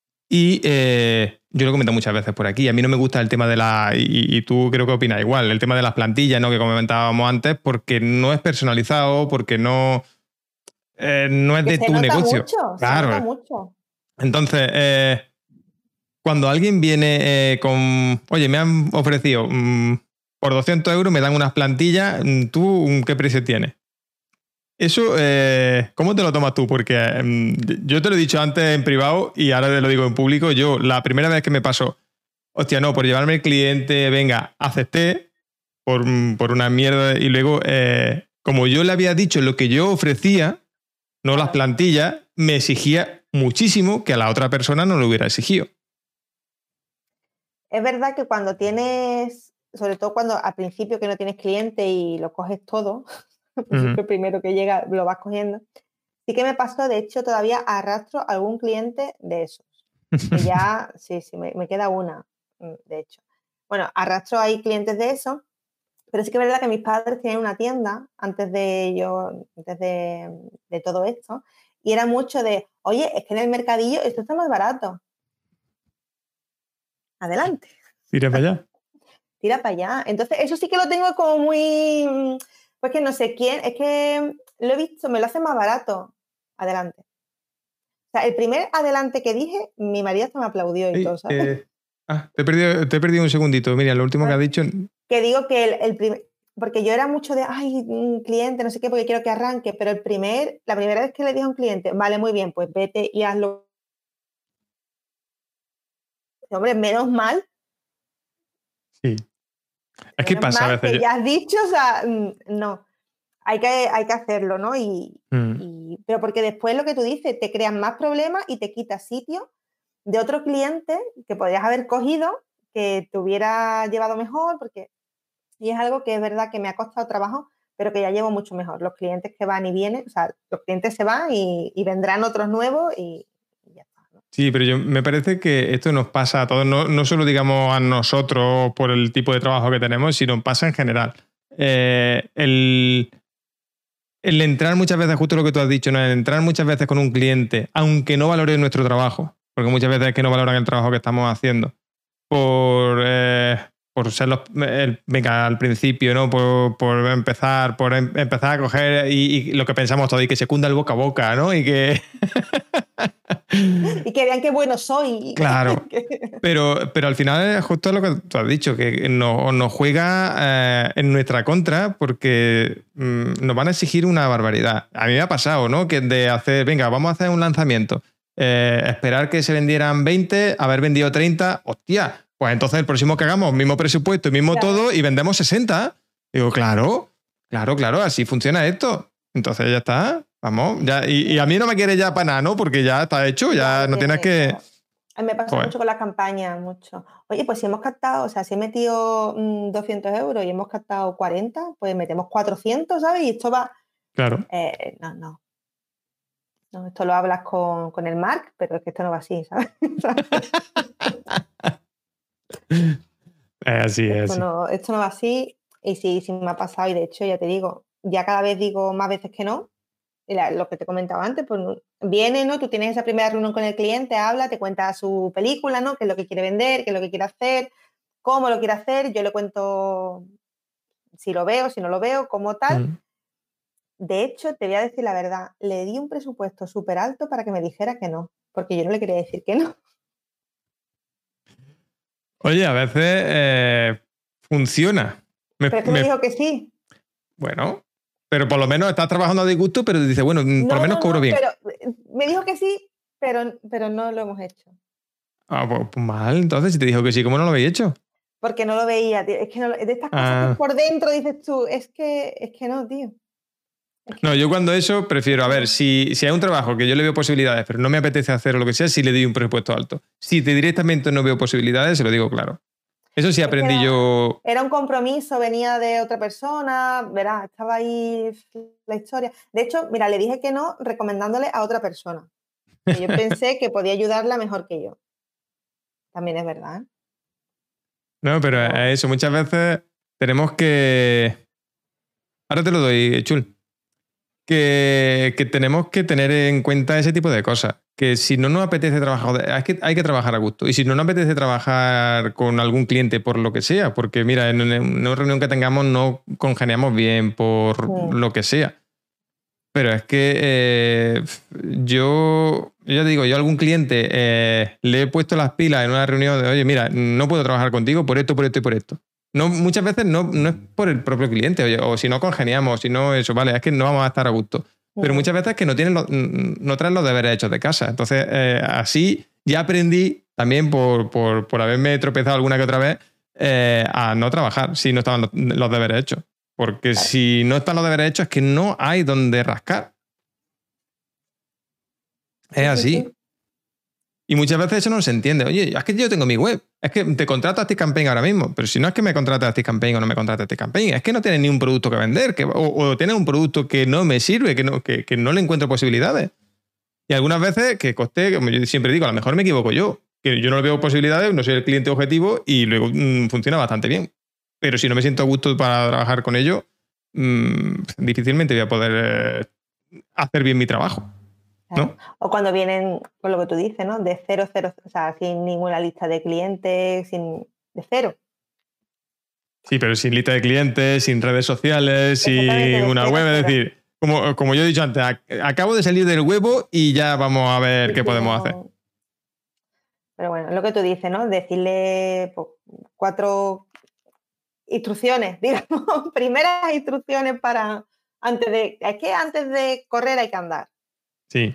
Y eh, yo lo he comentado muchas veces por aquí. A mí no me gusta el tema de la... Y, y tú creo que opinas igual. El tema de las plantillas, ¿no? Que comentábamos antes, porque no es personalizado, porque no, eh, no es que de se tu nota negocio. Mucho, claro. Se nota mucho. Entonces, eh, cuando alguien viene eh, con... Oye, me han ofrecido mmm, por doscientos euros, me dan unas plantillas. ¿Tú qué precio tienes? Eso, eh, ¿cómo te lo tomas tú? Porque eh, yo te lo he dicho antes en privado y ahora te lo digo en público. Yo, la primera vez que me pasó, hostia, no, por llevarme el cliente, venga, acepté por, por una mierda y luego, eh, como yo le había dicho lo que yo ofrecía, no las plantillas, me exigía muchísimo que a la otra persona no lo hubiera exigido. Es verdad que cuando tienes, sobre todo cuando al principio que no tienes cliente y lo coges todo, pues uh-huh. el primero que llega lo vas cogiendo. Sí que me pasó, de hecho, todavía arrastro algún cliente de esos. Que ya, sí, sí, me, me queda una, de hecho. Bueno, arrastro ahí clientes de esos, pero sí que es verdad que mis padres tienen una tienda antes de yo, antes de, de todo esto, y era mucho de, oye, es que en el mercadillo esto está más barato. Adelante. Tira para allá. Tira para allá. Entonces, eso sí que lo tengo como muy... Pues que no sé quién, es que lo he visto, me lo hace más barato. Adelante. O sea, el primer adelante que dije, mi marido hasta me aplaudió y Ey, todo, ¿sabes? eh, ah, te he, perdido, te he perdido un segundito. Mira, lo último que has dicho... Que digo que el, el primer... Porque yo era mucho de, ay, un cliente, no sé qué, porque quiero que arranque, pero el primer, la primera vez que le dije a un cliente, vale, muy bien, pues vete y hazlo. Hombre, menos mal. Sí. Es que pasa a veces. Que yo... ya has dicho, o sea, no. Hay que, hay que hacerlo, ¿no? Y, mm. y, pero porque después lo que tú dices, te creas más problemas y te quitas sitio de otro cliente que podrías haber cogido, que te hubiera llevado mejor, porque y es algo que es verdad que me ha costado trabajo, pero que ya llevo mucho mejor. Los clientes que van y vienen, o sea, los clientes se van y, y vendrán otros nuevos y, y ya está, ¿no? Sí, pero yo, me parece que esto nos pasa a todos, no, no solo digamos a nosotros por el tipo de trabajo que tenemos, sino pasa en general. Eh, el... El entrar muchas veces, justo lo que tú has dicho, ¿no? El entrar muchas veces con un cliente, aunque no valore nuestro trabajo, porque muchas veces es que no valoran el trabajo que estamos haciendo, por, eh, por ser los, el, venga, al principio, ¿no? Por, por empezar, por em, empezar a coger y, y lo que pensamos todo, y que se cunda el boca a boca, ¿no? Y que... y que vean qué bueno soy. Claro, pero, pero al final es justo lo que tú has dicho, que nos, nos juega eh, en nuestra contra porque mmm, nos van a exigir una barbaridad. A mí me ha pasado, ¿no? Que de hacer, venga, vamos a hacer un lanzamiento, eh, esperar que se vendieran veinte, haber vendido treinta, hostia, pues entonces el próximo que hagamos, mismo presupuesto, mismo claro. todo, y vendemos sesenta. Digo, claro, claro, claro, así funciona esto. Entonces ya está. Vamos, ya, y, y a mí no me quiere ya para nada, ¿no? Porque ya está hecho, ya, ya no tienes que... A mí me pasa Joder. mucho con las campañas, mucho. Oye, pues si hemos captado, o sea, si he metido mmm, doscientos euros y hemos captado cuarenta, pues metemos cuatrocientos, ¿sabes? Y esto va... Claro. Eh, no, no. No, esto lo hablas con, con el Marc, pero es que esto no va así, ¿sabes? es así, es esto así. No, esto no va así y sí, sí me ha pasado y de hecho, ya te digo, ya cada vez digo más veces que no. La, lo que te comentaba antes, pues viene, ¿no? Tú tienes esa primera reunión con el cliente, habla, te cuenta su película, ¿no? Qué es lo que quiere vender, qué es lo que quiere hacer, cómo lo quiere hacer. Yo le cuento si lo veo, si no lo veo, cómo tal. Mm. De hecho, te voy a decir la verdad, le di un presupuesto súper alto para que me dijera que no, porque yo no le quería decir que no. Oye, a veces eh, funciona. Me, pero es que me, me dijo que sí. Bueno... Pero por lo menos estás trabajando a disgusto, pero dice, bueno, no, por lo menos no, cobro no, bien. Pero me dijo que sí, pero, pero no lo hemos hecho. Ah, pues, pues mal, entonces, si te dijo que sí, ¿cómo no lo habéis hecho? Porque no lo veía, tío. Es que no, de estas cosas ah. que por dentro dices tú, es que, es que no, tío. Es que no, yo cuando eso prefiero, a ver, si, si hay un trabajo que yo le veo posibilidades, pero no me apetece hacer o lo que sea, sí le doy un presupuesto alto. Si te directamente no veo posibilidades, se lo digo claro. Eso sí aprendí era, yo... Era un compromiso, venía de otra persona, verás, estaba ahí la historia. De hecho, mira, le dije que no recomendándole a otra persona. Que yo pensé que podía ayudarla mejor que yo. También es verdad, ¿eh? No, pero no. eso, muchas veces tenemos que... Ahora te lo doy, Chul. Que, que tenemos que tener en cuenta ese tipo de cosas. Que si no nos apetece trabajar, es que hay que trabajar a gusto. Y si no nos apetece trabajar con algún cliente por lo que sea, porque mira, en una reunión que tengamos no congeniamos bien por sí. lo que sea. Pero es que eh, yo, yo ya digo, yo a algún cliente eh, le he puesto las pilas en una reunión de, oye, mira, no puedo trabajar contigo por esto, por esto y por esto. No, muchas veces no, no es por el propio cliente, oye, o si no congeniamos, si no eso, vale, es que no vamos a estar a gusto. Pero muchas veces que no tienen los, no traen los deberes hechos de casa. Entonces, eh, así ya aprendí también por, por, por haberme tropezado alguna que otra vez eh, a no trabajar si no estaban los, los deberes hechos. Porque claro. si no están los deberes hechos es que no hay donde rascar. Es así. Y muchas veces eso no se entiende. Oye, es que yo tengo mi web. Es que te contrato a ActiveCampaign ahora mismo, pero si no es que me contrate a ActiveCampaign o no me contrate a ActiveCampaign, es que no tienes ni un producto que vender, que, o, o tienes un producto que no me sirve, que no, que, que no le encuentro posibilidades. Y algunas veces que coste, como yo siempre digo, a lo mejor me equivoco yo, que yo no le veo posibilidades, no soy el cliente objetivo y luego mmm, funciona bastante bien. Pero si no me siento a gusto para trabajar con ello, mmm, difícilmente voy a poder eh, hacer bien mi trabajo. ¿No? O cuando vienen, con lo que tú dices, ¿no? De cero, cero, o sea, sin ninguna lista de clientes, sin, de cero. Sí, pero sin lista de clientes, sin redes sociales, sin una web, es decir, como, como yo he dicho antes, acabo de salir del huevo y ya vamos a ver sí, qué podemos hacer. Pero bueno, lo que tú dices, ¿no? Decirle pues, cuatro instrucciones, digamos, primeras instrucciones para antes de, es que antes de correr hay que andar. Sí.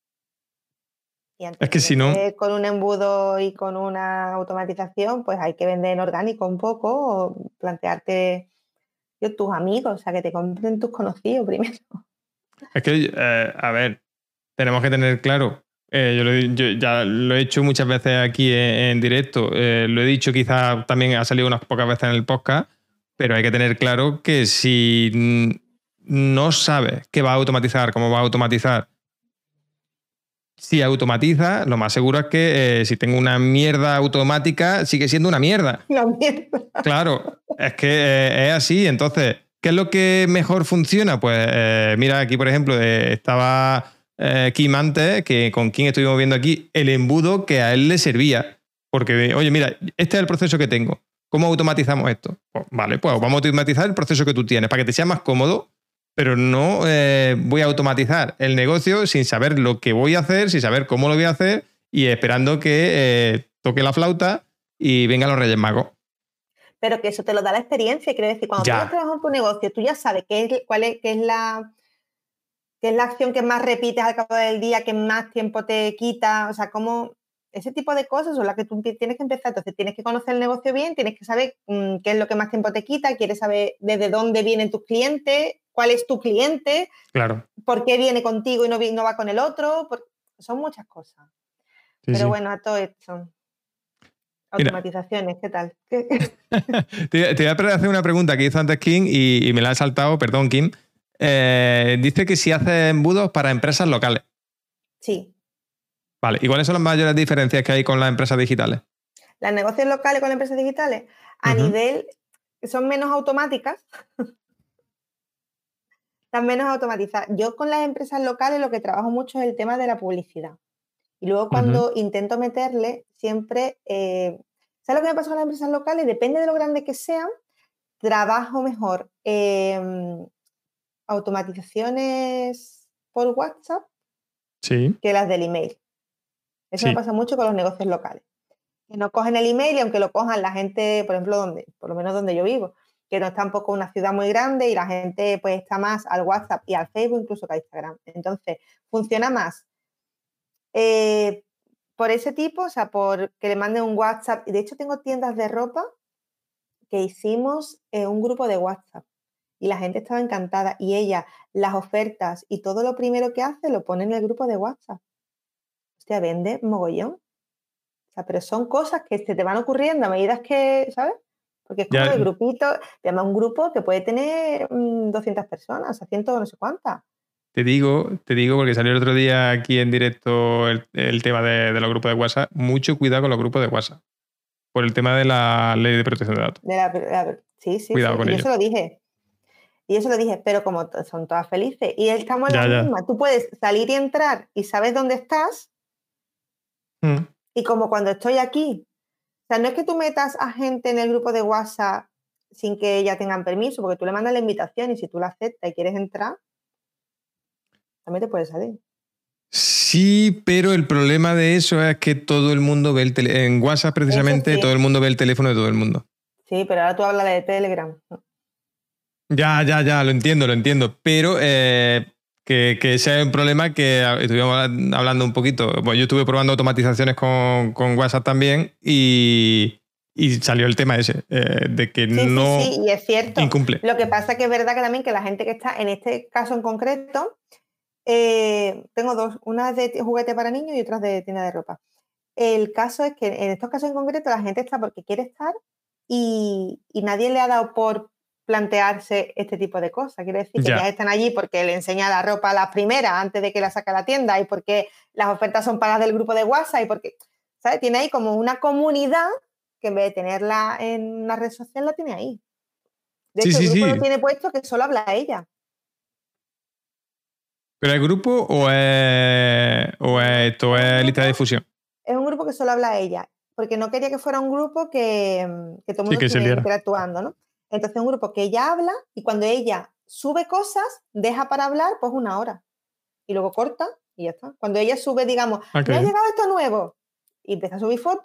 Y antes es que de si no... con un embudo y con una automatización, pues hay que vender en orgánico un poco o plantearte yo, tus amigos, o sea, que te compren tus conocidos primero. Es que, eh, a ver, tenemos que tener claro, eh, yo, lo, yo ya lo he hecho muchas veces aquí en, en directo, eh, lo he dicho quizás también ha salido unas pocas veces en el podcast, pero hay que tener claro que si no sabes qué va a automatizar, cómo va a automatizar, si automatiza, lo más seguro es que eh, si tengo una mierda automática, sigue siendo una mierda. La mierda. Claro, es que eh, es así. Entonces, ¿qué es lo que mejor funciona? Pues eh, mira, aquí por ejemplo eh, estaba eh, Kim antes, que con Kim estuvimos viendo aquí el embudo que a él le servía. Porque, oye, mira, este es el proceso que tengo. ¿Cómo automatizamos esto? Pues, vale, pues vamos a automatizar el proceso que tú tienes para que te sea más cómodo. Pero no eh, voy a automatizar el negocio sin saber lo que voy a hacer, sin saber cómo lo voy a hacer y esperando que eh, toque la flauta y vengan los Reyes Magos. Pero que eso te lo da la experiencia, quiero decir, cuando ya. tú trabajas en tu negocio, tú ya sabes qué es, cuál es, qué es la qué es la acción que más repites al cabo del día, que más tiempo te quita, o sea, cómo ese tipo de cosas son las que tú tienes que empezar. Entonces tienes que conocer el negocio bien, tienes que saber mmm, qué es lo que más tiempo te quita, quieres saber desde dónde vienen tus clientes, cuál es tu cliente, claro. por qué viene contigo y no, no va con el otro, por... son muchas cosas. Sí, Pero sí. bueno, a todo esto. Automatizaciones, Mira. ¿Qué tal? te, te voy a hacer una pregunta que hizo antes Kim y, y me la ha saltado, perdón Kim. Eh, dice que si hace embudos para empresas locales. Sí. Vale, ¿y cuáles son las mayores diferencias que hay con las empresas digitales? Las negocios locales con las empresas digitales, a uh-huh. nivel, son menos automáticas. Están menos automatizadas. Yo con las empresas locales lo que trabajo mucho es el tema de la publicidad. Y luego cuando uh-huh. intento meterle, siempre, eh, ¿sabes lo que me pasa con las empresas locales? Depende de lo grande que sean, trabajo mejor eh, automatizaciones por WhatsApp sí. que las del email. Eso sí. me pasa mucho con los negocios locales. Que no cogen el email y aunque lo cojan la gente, por ejemplo, donde, por lo menos donde yo vivo, que no está tampoco una ciudad muy grande y la gente pues está más al WhatsApp y al Facebook incluso que a Instagram. Entonces, funciona más eh, por ese tipo, o sea, por que le manden un WhatsApp. De hecho, tengo tiendas de ropa que hicimos eh, un grupo de WhatsApp y la gente estaba encantada y ella, las ofertas y todo lo primero que hace lo pone en el grupo de WhatsApp. Hostia, vende mogollón. O sea, pero son cosas que se te van ocurriendo a medida que, ¿sabes? Porque es como ya. el grupito, llama un grupo que puede tener mmm, doscientas personas, o sea, ciento no sé cuántas. Te digo, te digo, porque salió el otro día aquí en directo el, el tema de, de los grupos de WhatsApp. Mucho cuidado con los grupos de WhatsApp. Por el tema de la ley de protección de datos. De la, la, sí, sí, cuidado sí. con y ello. Yo se lo dije. Y eso lo dije, pero como son todas felices. Y estamos en ya, la ya. misma. Tú puedes salir y entrar y sabes dónde estás. Mm. Y como cuando estoy aquí. O sea, no es que tú metas a gente en el grupo de WhatsApp sin que ella tengan permiso, porque tú le mandas la invitación y si tú la aceptas y quieres entrar, también te puedes salir. Sí, pero el problema de eso es que todo el mundo ve el teléfono. En WhatsApp, precisamente, sí. todo el mundo ve el teléfono de todo el mundo. Sí, pero ahora tú hablas de Telegram. Ya, ya, ya, lo entiendo, lo entiendo. Pero eh, que, que ese es un problema que estuvimos hablando un poquito. Bueno, yo estuve probando automatizaciones con, con WhatsApp también y, y salió el tema ese, eh, de que sí, no sí, sí, y es cierto. incumple. Lo que pasa que es verdad que también que la gente que está, en este caso en concreto, eh, tengo dos, una de juguete para niños y otra de tienda de ropa. el caso es que en estos casos en concreto la gente está porque quiere estar y, y nadie le ha dado por plantearse este tipo de cosas. Quiero decir que ya. ya están allí porque le enseña la ropa a las primeras antes de que la saque a la tienda y porque las ofertas son pagas del grupo de WhatsApp y porque, ¿sabes? Tiene ahí como una comunidad que en vez de tenerla en una red social la tiene ahí. De hecho, sí, sí, el grupo sí. lo tiene puesto que solo habla a ella. ¿Pero es grupo o es, o es esto? ¿Es, ¿Es lista de difusión? Es un grupo que solo habla a ella, porque no quería que fuera un grupo que, que todo el mundo sí, estuviera interactuando, ¿no? Entonces un grupo que ella habla y cuando ella sube cosas, deja para hablar pues una hora. Y luego corta y ya está. Cuando ella sube, digamos, okay. me ha llegado esto nuevo, y empieza a subir fotos,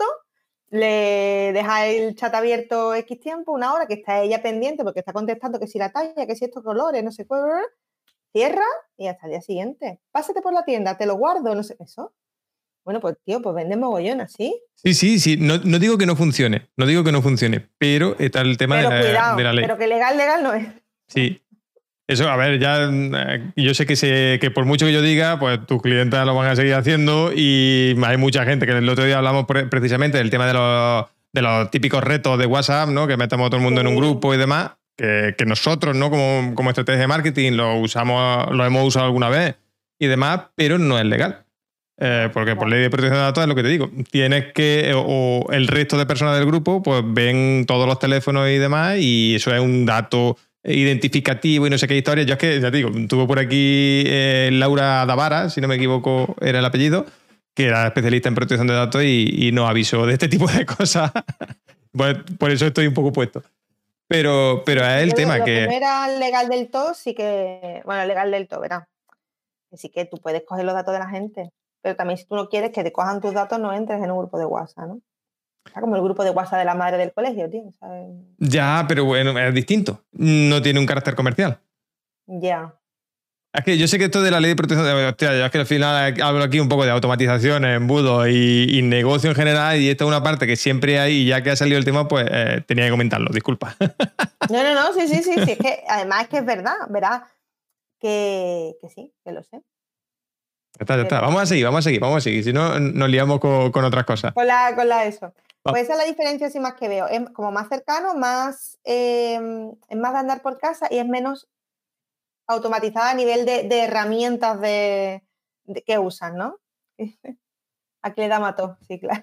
le deja el chat abierto X tiempo, una hora, que está ella pendiente porque está contestando que si la talla, que si estos colores, no sé qué, cierra y hasta el día siguiente. Pásate por la tienda, te lo guardo, no sé, eso. Bueno, pues tío, pues vende mogollón, ¿sí? Sí, sí, sí. No, no digo que no funcione, no digo que no funcione, pero está el tema pero de, la, cuidado, de la ley. Pero que legal, legal no es. Sí. Eso, a ver, ya yo sé que, se, que por mucho que yo diga, pues tus clientes lo van a seguir haciendo y hay mucha gente que el otro día hablamos precisamente del tema de los, de los típicos retos de WhatsApp, ¿no? Que metemos a todo el mundo sí. en un grupo y demás, que, que nosotros, ¿no? Como, como estrategia de marketing lo usamos, lo hemos usado alguna vez y demás, pero no es legal. Eh, porque por ley de protección de datos es lo que te digo. Tienes que, o, o el resto de personas del grupo, pues ven todos los teléfonos y demás, y eso es un dato identificativo y no sé qué historia. Yo es que, ya te digo, tuve por aquí eh, Laura Davara, si no me equivoco era el apellido, que era especialista en protección de datos y, y nos avisó de este tipo de cosas. Pues, por eso estoy un poco puesto. Pero, pero es el Yo tema lo que... Lo que no era legal del todo, sí que... Bueno, legal del todo, verás. Así que tú puedes coger los datos de la gente. Pero también si tú no quieres que te cojan tus datos, no entres en un grupo de WhatsApp, ¿no? Está como el grupo de WhatsApp de la madre del colegio, tío, ¿sabes? Ya, pero bueno, es distinto. No tiene un carácter comercial. Ya. Es que yo sé que esto de la ley de protección de datos, hostia, yo es que al final hablo aquí un poco de automatización, embudo y, y negocio en general, y esta es una parte que siempre hay, y ya que ha salido el tema, pues eh, tenía que comentarlo, disculpa. No, no, no, sí, sí, sí, sí, es que además es que es verdad, ¿verdad? Que, que sí, que lo sé. Ya está, ya está. Vamos a seguir, vamos a seguir, vamos a seguir. Si no, nos liamos con, con otras cosas. Con la, con la eso. Pues esa es la diferencia así más que veo. Es como más cercano, más, eh, es más de andar por casa y es menos automatizada a nivel de, de herramientas de, de, que usan, ¿no? Aquí le da mató, sí, claro.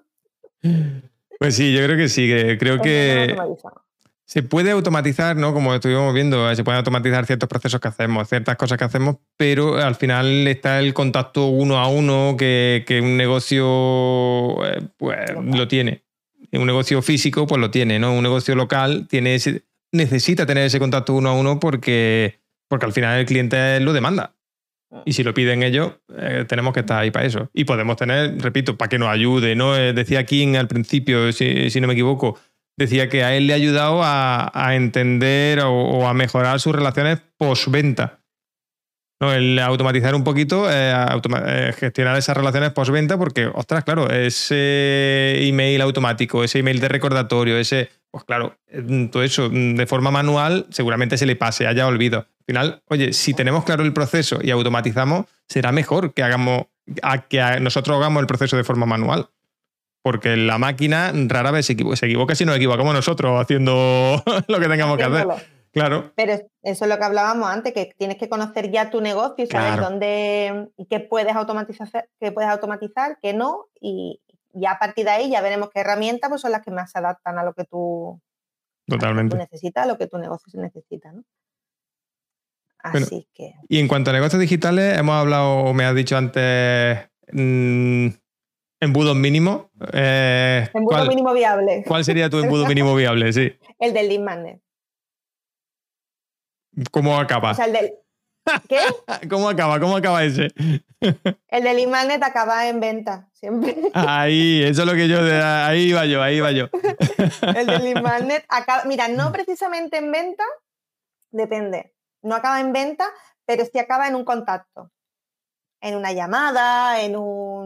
Pues sí, yo creo que sí, que creo que se puede automatizar, ¿no? Como estuvimos viendo, se pueden automatizar ciertos procesos que hacemos, ciertas cosas que hacemos, pero al final está el contacto uno a uno que, que un negocio pues, lo tiene. Un negocio físico pues lo tiene, ¿no? Un negocio local tiene ese, necesita tener ese contacto uno a uno porque, porque al final el cliente lo demanda. Y si lo piden ellos, eh, tenemos que estar ahí para eso. Y podemos tener, repito, para que nos ayude, ¿no? Eh, decía King al principio, si, si no me equivoco, decía que a él le ha ayudado a, a entender o, o a mejorar sus relaciones postventa. ¿No? El automatizar un poquito, eh, automa eh, gestionar esas relaciones postventa, porque, ostras, claro, ese email automático, ese email de recordatorio, ese, pues claro, todo eso de forma manual seguramente se le pase, haya olvido. Al final, oye, si tenemos claro el proceso y automatizamos, será mejor que hagamos, a que a nosotros hagamos el proceso de forma manual. Porque la máquina rara vez se equivoca, se equivoca si nos equivocamos nosotros haciendo lo que tengamos que hacer. Claro. Pero eso es lo que hablábamos antes, que tienes que conocer ya tu negocio y saber claro. dónde, qué puedes automatizar, qué puedes automatizar, qué no, y ya a partir de ahí ya veremos qué herramientas pues, son las que más se adaptan a lo que tú, Totalmente. A lo que tú necesitas, a lo que tu negocio se necesita, ¿no? Así bueno, que... Y en cuanto a negocios digitales, hemos hablado, me has dicho antes, mmm, embudos mínimos. Eh, embudo ¿cuál, mínimo viable. ¿Cuál sería tu embudo mínimo viable? Sí. El del lead magnet. ¿Cómo acaba? O sea, el del... ¿Qué? ¿Cómo acaba? ¿Cómo acaba ese? El del lead magnet acaba en venta, siempre. Ahí, eso es lo que yo... Ahí iba yo, ahí iba yo. El del lead magnet acaba... Mira, no precisamente en venta, depende. No acaba en venta, pero sí acaba en un contacto. En una llamada, en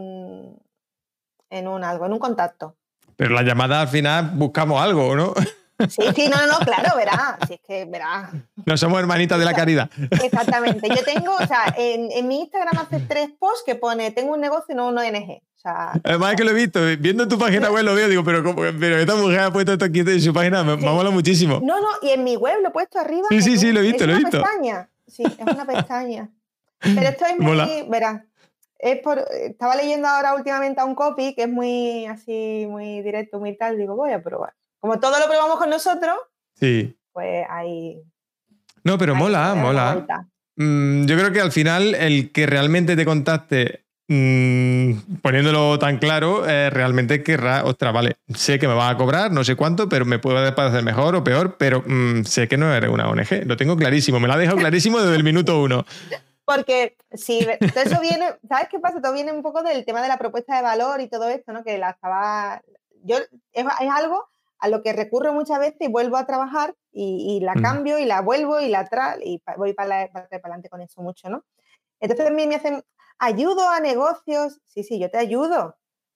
un... En un algo, en un contacto. Pero la llamada al final buscamos algo, ¿no? Sí, sí, no, no, claro, verás. Si es que verás. No somos hermanitas de la caridad. Exactamente. Yo tengo, o sea, en, en mi Instagram hace tres posts que pone tengo un negocio y no una O N G. O sea, además es que lo he visto, viendo tu página web lo veo, digo, pero, ¿cómo? Pero esta mujer ha puesto esto aquí en su página, me, sí. me mola muchísimo. No, no, y en mi web lo he puesto arriba. Sí, sí, sí, lo he visto, es lo he una visto. Pestaña. Sí, es una pestaña. Pero esto es muy, mola. verás, es por, estaba leyendo ahora últimamente a un copy que es muy así, muy directo, muy tal, digo, voy a probar. Como todo lo probamos con nosotros, sí. pues ahí... No, pero ahí mola, mola. Mm, yo creo que al final el que realmente te contacte mm, poniéndolo tan claro, eh, realmente querrá, ostras, vale, sé que me va a cobrar, no sé cuánto, pero me puede parecer mejor o peor, pero mm, sé que no eres una O N G, lo tengo clarísimo, me lo ha dejado clarísimo desde el minuto uno. Porque sí, todo eso viene, ¿sabes qué pasa? Todo viene un poco del tema de la propuesta de valor y todo esto, ¿no? Que la estaba... Yo, es, es algo a lo que recurro muchas veces y vuelvo a trabajar y, y la mm. cambio y la vuelvo y la traigo y pa, voy para, para, para adelante con eso mucho, ¿no? Entonces a mí me hacen, ayudo a negocios, sí, sí, yo te ayudo,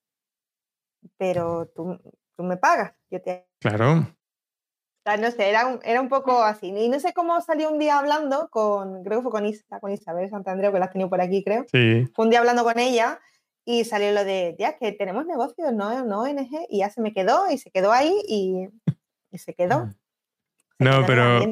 pero tú, tú me pagas, yo te... Claro. O sea, no sé, era un, era un poco así. Y no sé cómo salió un día hablando con, creo que fue con, Isa, con Isabel Santandreu, que la has tenido por aquí, creo. Sí. Fue un día hablando con ella y salió lo de, ya, que tenemos negocios, no, no O N G, y ya se me quedó y se quedó ahí y, y se quedó. Se no, quedó pero...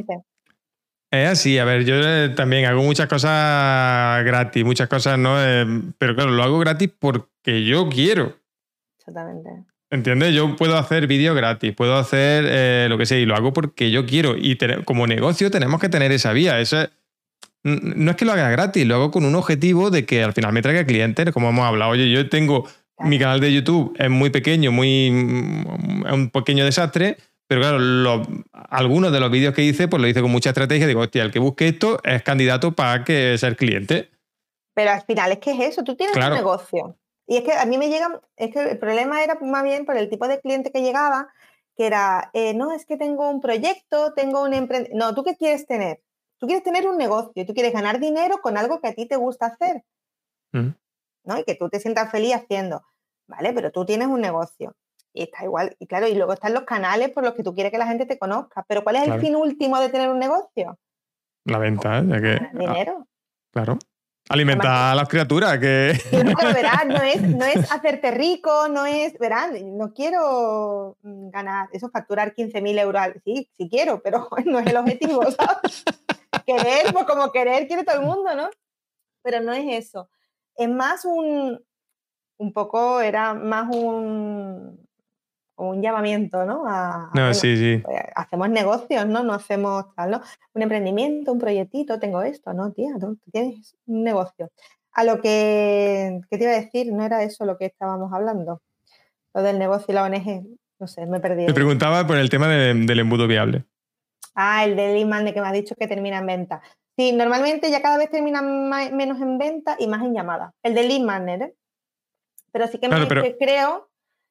Es así, a ver, yo también hago muchas cosas gratis, muchas cosas no, eh, pero claro, lo hago gratis porque yo quiero. Exactamente. ¿Entiendes? Yo puedo hacer vídeos gratis, puedo hacer eh, lo que sea, y lo hago porque yo quiero. Y te, como negocio tenemos que tener esa vía. Eso es, no es que lo haga gratis, lo hago con un objetivo de que al final me traiga clientes, como hemos hablado. Oye, yo tengo claro. mi canal de YouTube, es muy pequeño, muy es un pequeño desastre, pero claro, lo, algunos de los vídeos que hice, pues lo hice con mucha estrategia. Digo, hostia, el que busque esto es candidato para que ser cliente. Pero al final es que es eso, tú tienes claro. un negocio. Y es que a mí me llegan, es que el problema era más bien por el tipo de cliente que llegaba, que era, eh, no, es que tengo un proyecto, tengo un emprendimiento. No, ¿tú qué quieres tener? Tú quieres tener un negocio, tú quieres ganar dinero con algo que a ti te gusta hacer, mm. ¿no? Y que tú te sientas feliz haciendo, ¿vale? Pero tú tienes un negocio y está igual. Y claro, y luego están los canales por los que tú quieres que la gente te conozca. Pero ¿cuál es claro. el fin último de tener un negocio? La venta, ya que... Ganar dinero. Ah, claro. Alimentar Además, a las criaturas que... No, pero verás, no es, no es hacerte rico, no es, verás, no quiero ganar, eso facturar quince mil euros, sí, sí quiero, pero no es el objetivo, ¿sabes? Querer, pues como querer quiere todo el mundo, ¿no? Pero no es eso. Es más un, un poco, era más un, un llamamiento, ¿no? A, no, bueno, sí, sí. Pues, hacemos negocios, ¿no? No hacemos tal, ¿no? Un emprendimiento, un proyectito, tengo esto, ¿no, tía? Tú tienes un negocio. A lo que, ¿qué te iba a decir? No era eso lo que estábamos hablando. Lo del negocio y la O N G. No sé, me perdí. Te preguntaba por el tema de, del embudo viable. Ah, el del lead magnet que me has dicho que termina en venta. Sí, normalmente ya cada vez termina más, menos en venta y más en llamada. El del lead magnet, ¿eh? Pero sí que, claro, me, pero... que creo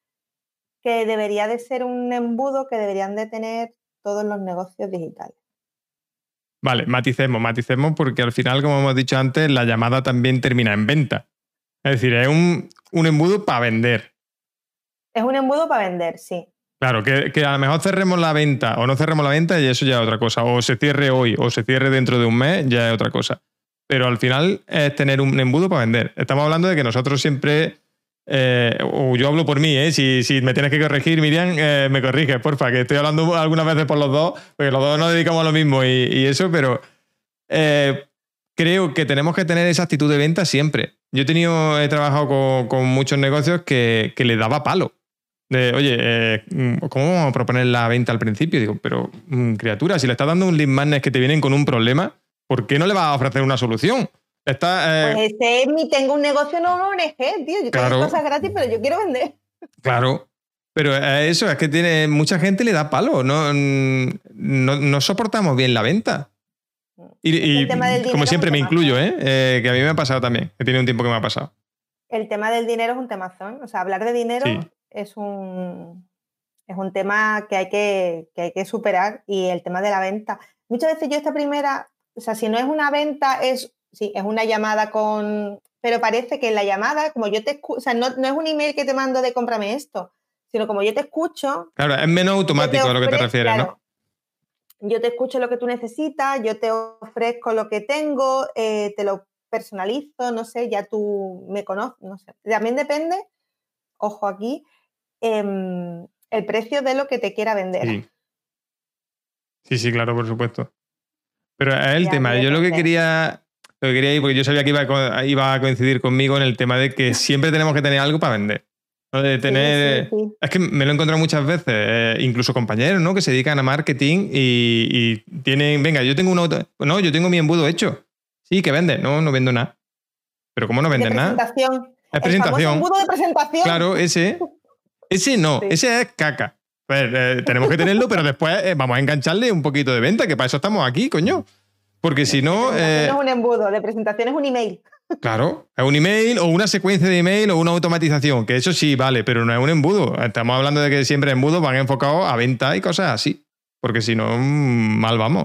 que debería de ser un embudo que deberían de tener todos los negocios digitales. Vale, maticemos, maticemos porque al final, como hemos dicho antes, la llamada también termina en venta. Es decir, es un, un embudo para vender. Es un embudo para vender, sí. Claro, que, que a lo mejor cerremos la venta o no cerremos la venta y eso ya es otra cosa. O se cierre hoy o se cierre dentro de un mes, ya es otra cosa. Pero al final es tener un embudo para vender. Estamos hablando de que nosotros siempre... Eh, o yo hablo por mí, ¿eh? si, si me tienes que corregir, Miriam, eh, me corriges, porfa, que estoy hablando algunas veces por los dos, porque los dos nos dedicamos a lo mismo y, y eso, pero eh, creo que tenemos que tener esa actitud de venta siempre. Yo he tenido, he trabajado con, con muchos negocios que, que les daba palo. De, oye, eh, ¿cómo vamos a proponer la venta al principio? Digo, pero criatura, si le estás dando un lead magnet que te vienen con un problema, ¿por qué no le vas a ofrecer una solución? Está, eh... Pues ese es mi, tengo un negocio, no una O N G, tío. Yo claro, tengo cosas gratis, pero yo quiero vender. Claro. Pero eso es que tiene mucha gente le da palo. No, no, no soportamos bien la venta. Y, y como siempre me incluyo, ¿eh? ¿eh? Que a mí me ha pasado también. He tenido un tiempo que me ha pasado. El tema del dinero es un temazón. O sea, hablar de dinero sí. es un es un tema que hay que, que hay que superar. Y el tema de la venta. Muchas veces yo esta primera, o sea, si no es una venta, es sí, es una llamada con... Pero parece que en la llamada, como yo te... O sea, no, no es un email que te mando de cómprame esto, sino como yo te escucho... Claro, es menos automático a lo que te refieres, claro, ¿no? Yo te escucho lo que tú necesitas, yo te ofrezco lo que tengo, eh, te lo personalizo, no sé, ya tú me conoces, no sé. También depende, ojo aquí, eh, el precio de lo que te quiera vender. Sí, sí, sí, claro, por supuesto. Pero es el Ya, tema, yo lo que quería... Lo que quería ir, porque yo sabía que iba a, iba a coincidir conmigo en el tema de que siempre tenemos que tener algo para vender. ¿No? De tener, sí, sí, sí. Es que me lo he encontrado muchas veces, eh, incluso compañeros, ¿no? Que se dedican a marketing y, y tienen, venga, yo tengo un auto, no, yo tengo mi embudo hecho. Sí, que vende. No, no vendo nada. Pero ¿cómo no vendes nada? Presentación. Es presentación. El famoso embudo de presentación. Claro, ese. Ese no, sí. Ese es caca. Pues, eh, tenemos que tenerlo, pero después eh, vamos a engancharle un poquito de venta, que para eso estamos aquí, coño. Porque si no... Eh... No es un embudo, de presentación es un email. Claro, es un email o una secuencia de email o una automatización, que eso sí vale, pero no es un embudo. Estamos hablando de que siempre embudos van enfocados a venta y cosas así, porque si no, mal vamos.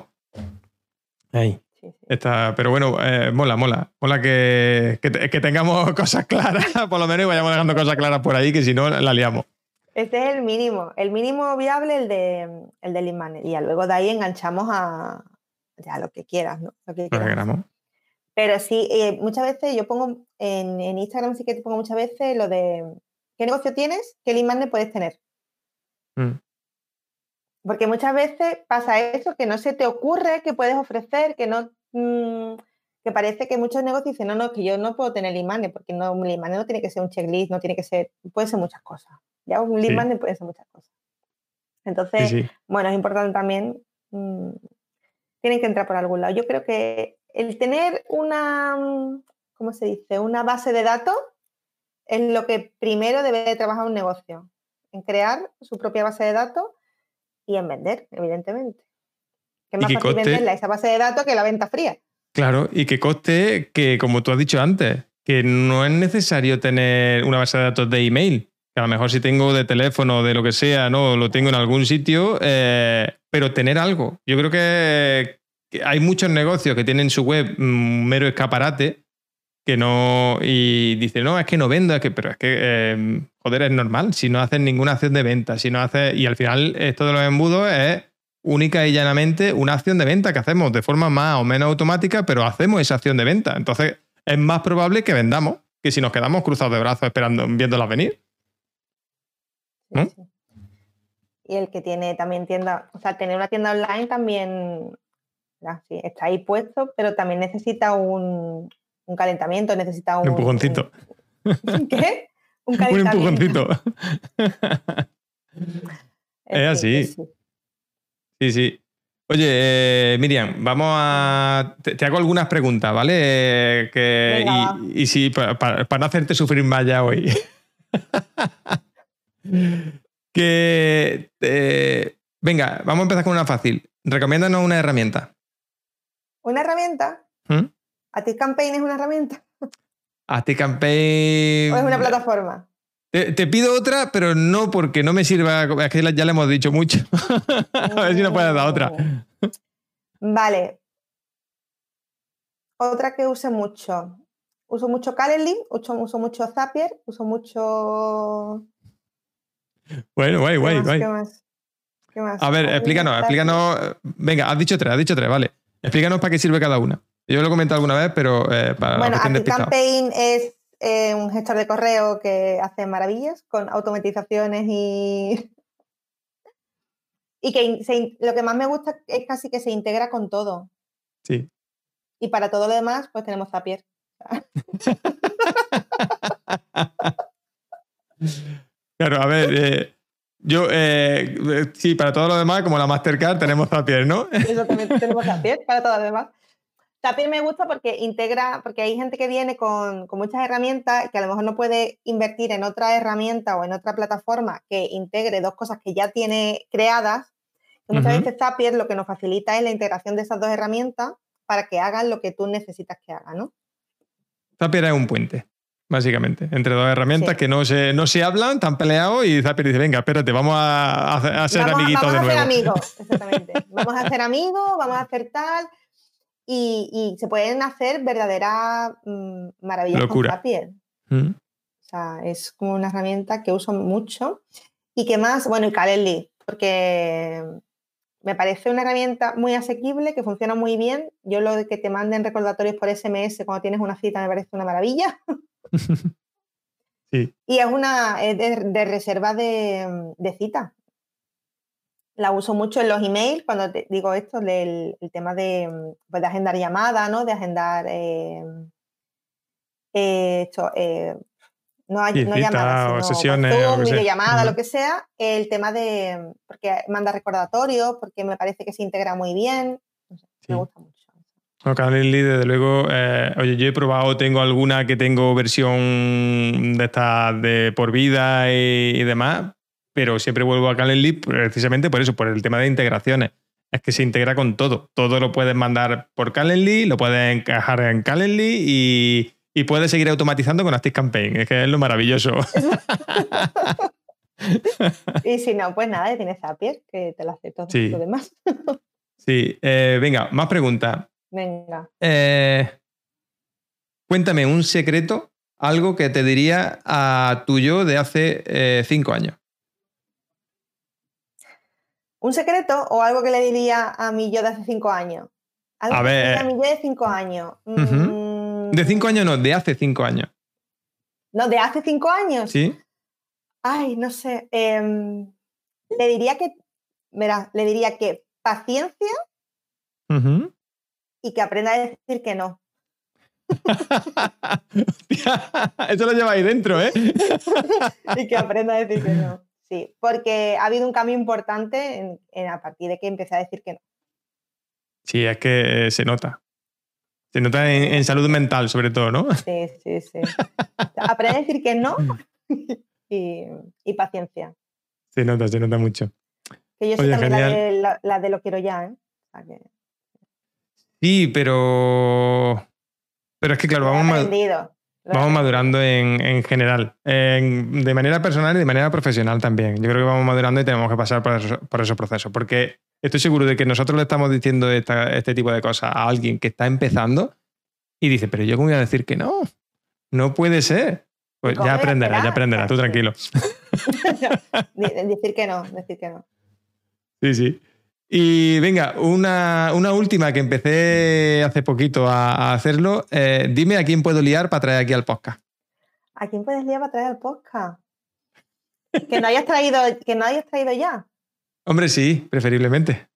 Ahí. Sí, sí. Está, pero bueno, eh, mola, mola. Mola que, que, que tengamos cosas claras, por lo menos, y vayamos dejando cosas claras por ahí, que si no, la liamos. Este es el mínimo. El mínimo viable, el de el de lead magnet. Y ya luego de ahí enganchamos a ya lo que quieras, ¿no? Lo que quieras. Pero sí, eh, muchas veces yo pongo en, en Instagram, sí que te pongo muchas veces lo de ¿qué negocio tienes? ¿Qué lead magnet puedes tener? Mm. Porque muchas veces pasa eso, que no se te ocurre que puedes ofrecer, que no mmm, que parece que muchos negocios dicen, no, no, que yo no puedo tener lead magnet, porque no, un lead magnet no tiene que ser un checklist, no tiene que ser, puede ser muchas cosas. Ya un lead sí. magnet puede ser muchas cosas. Entonces, sí, sí. bueno, es importante también, mmm, tienen que entrar por algún lado. Yo creo que el tener una, ¿cómo se dice? Una base de datos es lo que primero debe de trabajar un negocio, en crear su propia base de datos y en vender, evidentemente. Que es más fácil venderla esa base de datos que la venta fría. Claro, y que coste que, como tú has dicho antes, que no es necesario tener una base de datos de email. Que a lo mejor si tengo de teléfono, de lo que sea, no lo tengo en algún sitio, eh, pero tener algo. Yo creo que, que hay muchos negocios que tienen su web un mero escaparate que no y dicen, no, es que no vendo, es que, pero es que, eh, joder, es normal. Si no haces ninguna acción de venta, si no haces... Y al final esto de los embudos es única y llanamente una acción de venta que hacemos de forma más o menos automática, pero hacemos esa acción de venta. Entonces es más probable que vendamos que si nos quedamos cruzados de brazos esperando, viéndolas venir. ¿No? Sí, sí. Y el que tiene también tienda, o sea, tener una tienda online también sí, está ahí puesto, pero también necesita un, un calentamiento, necesita un... Un empujoncito. Un, ¿Qué? Un calentamiento. Un empujoncito. Es así. Sí, sí. sí. Oye, eh, Miriam, vamos a... Te, te hago algunas preguntas, ¿vale? Eh, que, Venga, y, y sí, para, para, para no hacerte sufrir más ya hoy. que eh, venga, vamos a empezar con una fácil. Recomiéndanos una herramienta. ¿Una herramienta? ¿Mm? ¿ActiveCampaign es una herramienta? ActiveCampaign... ¿O es una plataforma? Te, te pido otra, pero no porque no me sirva. Es que ya le hemos dicho mucho. A ver si nos puedes dar otra. Vale. Otra que use mucho. Uso mucho Calendly, uso, uso mucho Zapier, uso mucho... Bueno, guay, guay, ¿Qué más, guay. ¿Qué más? ¿Qué más? A ver, explícanos, explícanos. Venga, has dicho tres, has dicho tres, vale. Explícanos para qué sirve cada una. Yo lo he comentado alguna vez, pero eh, para bueno, ActiveCampaign es eh, un gestor de correo que hace maravillas con automatizaciones y... y que se, lo que más me gusta es casi que se integra con todo. Sí. Y para todo lo demás, pues tenemos Zapier. Claro, a ver, eh, yo, eh, sí, para todo lo demás, como la Mastercard, tenemos Zapier, ¿no? Exactamente, tenemos Zapier para todo lo demás. Zapier me gusta porque integra, porque hay gente que viene con, con muchas herramientas que a lo mejor no puede invertir en otra herramienta o en otra plataforma que integre dos cosas que ya tiene creadas. Y muchas uh-huh. veces Zapier lo que nos facilita es la integración de esas dos herramientas para que hagan lo que tú necesitas que hagan, ¿no? Zapier es un puente, básicamente, entre dos herramientas sí. que no se, no se hablan, están peleados y Zapier dice, venga, espérate, vamos a, a, a ser vamos, amiguitos vamos de nuevo. Vamos a ser amigos, exactamente. Vamos a ser amigos, vamos a hacer tal... Y, y se pueden hacer verdaderas mmm, maravillas Locura. con Zapier. ¿Mm? O sea, es como una herramienta que uso mucho ¿Y qué más? Bueno, y Calendly, porque me parece una herramienta muy asequible, que funciona muy bien. Yo lo de que te manden recordatorios por ese eme ese cuando tienes una cita me parece una maravilla. Sí. Y es una es de, de reserva de, de cita. La uso mucho en los emails, cuando te digo esto, del el tema de, pues de agendar llamadas, ¿no? De agendar eh, eh, esto, eh, no, hay, Sí, no cita, llamadas, o sino sesiones, por o Zoom, lo que sea. videollamada, Ujú. lo que sea. El tema de, porque manda recordatorios, porque me parece que se integra muy bien. No sé, Sí. me gusta mucho. No, Calendly, desde luego, eh, oye, yo he probado, tengo alguna que tengo versión de estas de por vida y, y demás, pero siempre vuelvo a Calendly precisamente por eso, por el tema de integraciones. Es que se integra con todo. Todo lo puedes mandar por Calendly, lo puedes encajar en Calendly y, y puedes seguir automatizando con ActiveCampaign. Es que es lo maravilloso. Y si no, pues nada, tienes Zapier, que te lo hace todo Sí. lo demás. Sí, eh, venga, más preguntas. Venga. Eh, cuéntame un secreto, algo que te diría a tu yo de hace eh, cinco años. ¿Un secreto o algo que le diría a mi yo de hace cinco años? Algo A que le diría ver. a mi yo de cinco años. Uh-huh. Mm, De cinco años no, de hace cinco años. No, de hace cinco años. ¿Sí? Ay, no sé. Eh, le diría que, verá, le diría que paciencia Uh-huh. y que aprenda a decir que no. Eso lo lleváis dentro, ¿eh? Y que aprenda a decir que no. Sí, porque ha habido un cambio importante en, en a partir de que empecé a decir que no. Sí, es que eh, se nota. Se nota en, en salud mental, sobre todo, ¿no? Sí, sí, sí. Aprende a decir que no y, y paciencia. Se nota, se nota mucho. Que yo soy Oye, también la genial. de, la, la de lo quiero ya, ¿eh? O sea que Sí, pero... Pero es que, claro, lo he vamos, mad- aprendido. Lo he vamos aprendido. madurando en, en general. En- de manera personal y de manera profesional también. Yo creo que vamos madurando y tenemos que pasar por, eso- por esos procesos. Porque estoy seguro de que nosotros le estamos diciendo esta- este tipo de cosas a alguien que está empezando y dice, pero yo cómo voy a decir que no. No puede ser. Pues ¿Y cómo ya voy a aprenderás, ya esperar? aprenderás, tú Sí. tranquilo. Di- Decir que no, decir que no. Sí, sí. Y venga, una, una última que empecé hace poquito a, a hacerlo. Eh, dime a quién puedo liar para traer aquí al podcast. ¿A quién puedes liar para traer al podcast? Que no hayas traído, que no hayas traído ya. Hombre, sí, preferiblemente.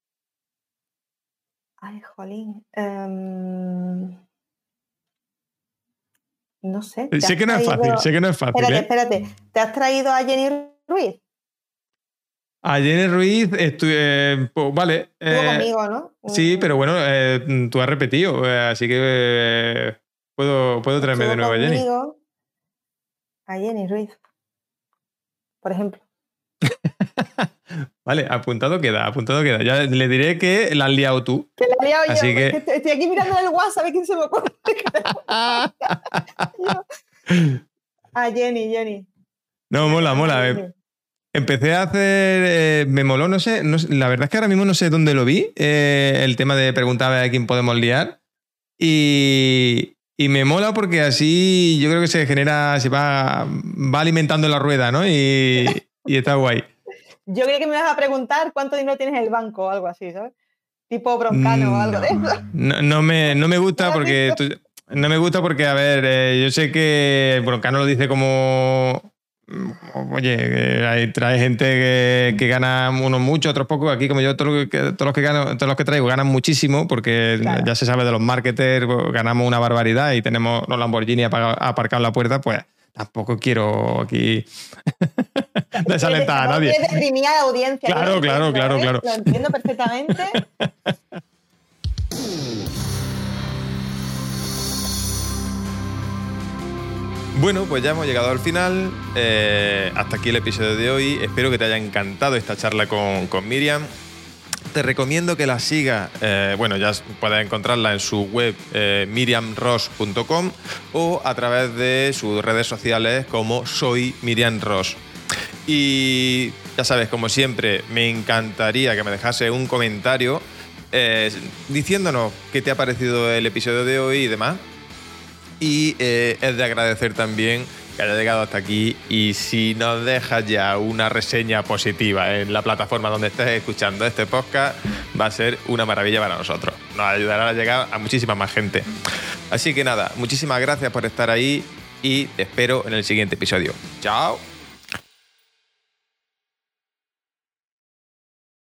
Ay, jolín. Um, no sé. ¿te Sé has que no es traído- fácil, sé que no es fácil. Espérate, ¿eh? espérate. ¿Te has traído a Jenny Ruiz? A Jenny Ruiz, estu- eh, pues, vale. Estuvo eh, conmigo, ¿no? Sí, Mm, pero bueno, eh, tú has repetido, eh, así que eh, puedo, puedo traerme de estuvo nuevo a Jenny. conmigo A Jenny Ruiz, por ejemplo. Vale, apuntado queda, apuntado queda. Ya le diré que la has liado tú. Que la he liado yo, Así que- porque estoy- estoy aquí mirando el WhatsApp a ver quién se me ocurre. A Jenny, Jenny. No, mola, A mola. Jenny. eh. Empecé a hacer, eh, me moló, no sé, no sé, la verdad es que ahora mismo no sé dónde lo vi, eh, el tema de preguntar a quién podemos liar. Y, y me mola porque así yo creo que se genera, se va, va alimentando la rueda, ¿no? Y, y está guay. Yo creía que me ibas a preguntar cuánto dinero tienes en el banco o algo así, ¿sabes? Tipo broncano o algo de eso. No, no me, no me gusta porque, tú- no me gusta porque, a ver, eh, yo sé que Broncano lo dice como... Oye, que hay, trae gente que, que gana unos muchos, otros pocos. Aquí, como yo, todos los que, todos los que, gano, todos los que traigo ganan muchísimo porque Claro. ya se sabe de los marketers, pues, ganamos una barbaridad y tenemos los Lamborghini apa- aparcados en la puerta, pues tampoco quiero aquí desalentar a nadie. Tampoco quieres deprimir a la audiencia. yo Claro, lo claro, entiendo, claro, ¿eh? claro. Lo entiendo perfectamente. Bueno, pues ya hemos llegado al final. Eh, hasta aquí el episodio de hoy. Espero que te haya encantado esta charla con, con Miriam. Te recomiendo que la sigas. Eh, bueno, ya puedes encontrarla en su web eh, miriam ross punto com o a través de sus redes sociales como Soy Miriam Ross. Y ya sabes, como siempre, me encantaría que me dejase un comentario eh, diciéndonos qué te ha parecido el episodio de hoy y demás. Y eh, es de agradecer también que haya llegado hasta aquí, y si nos dejas ya una reseña positiva en la plataforma donde estés escuchando este podcast, va a ser una maravilla para nosotros. Nos ayudará a llegar a muchísima más gente. Así que nada, muchísimas gracias por estar ahí y te espero en el siguiente episodio. ¡Chao!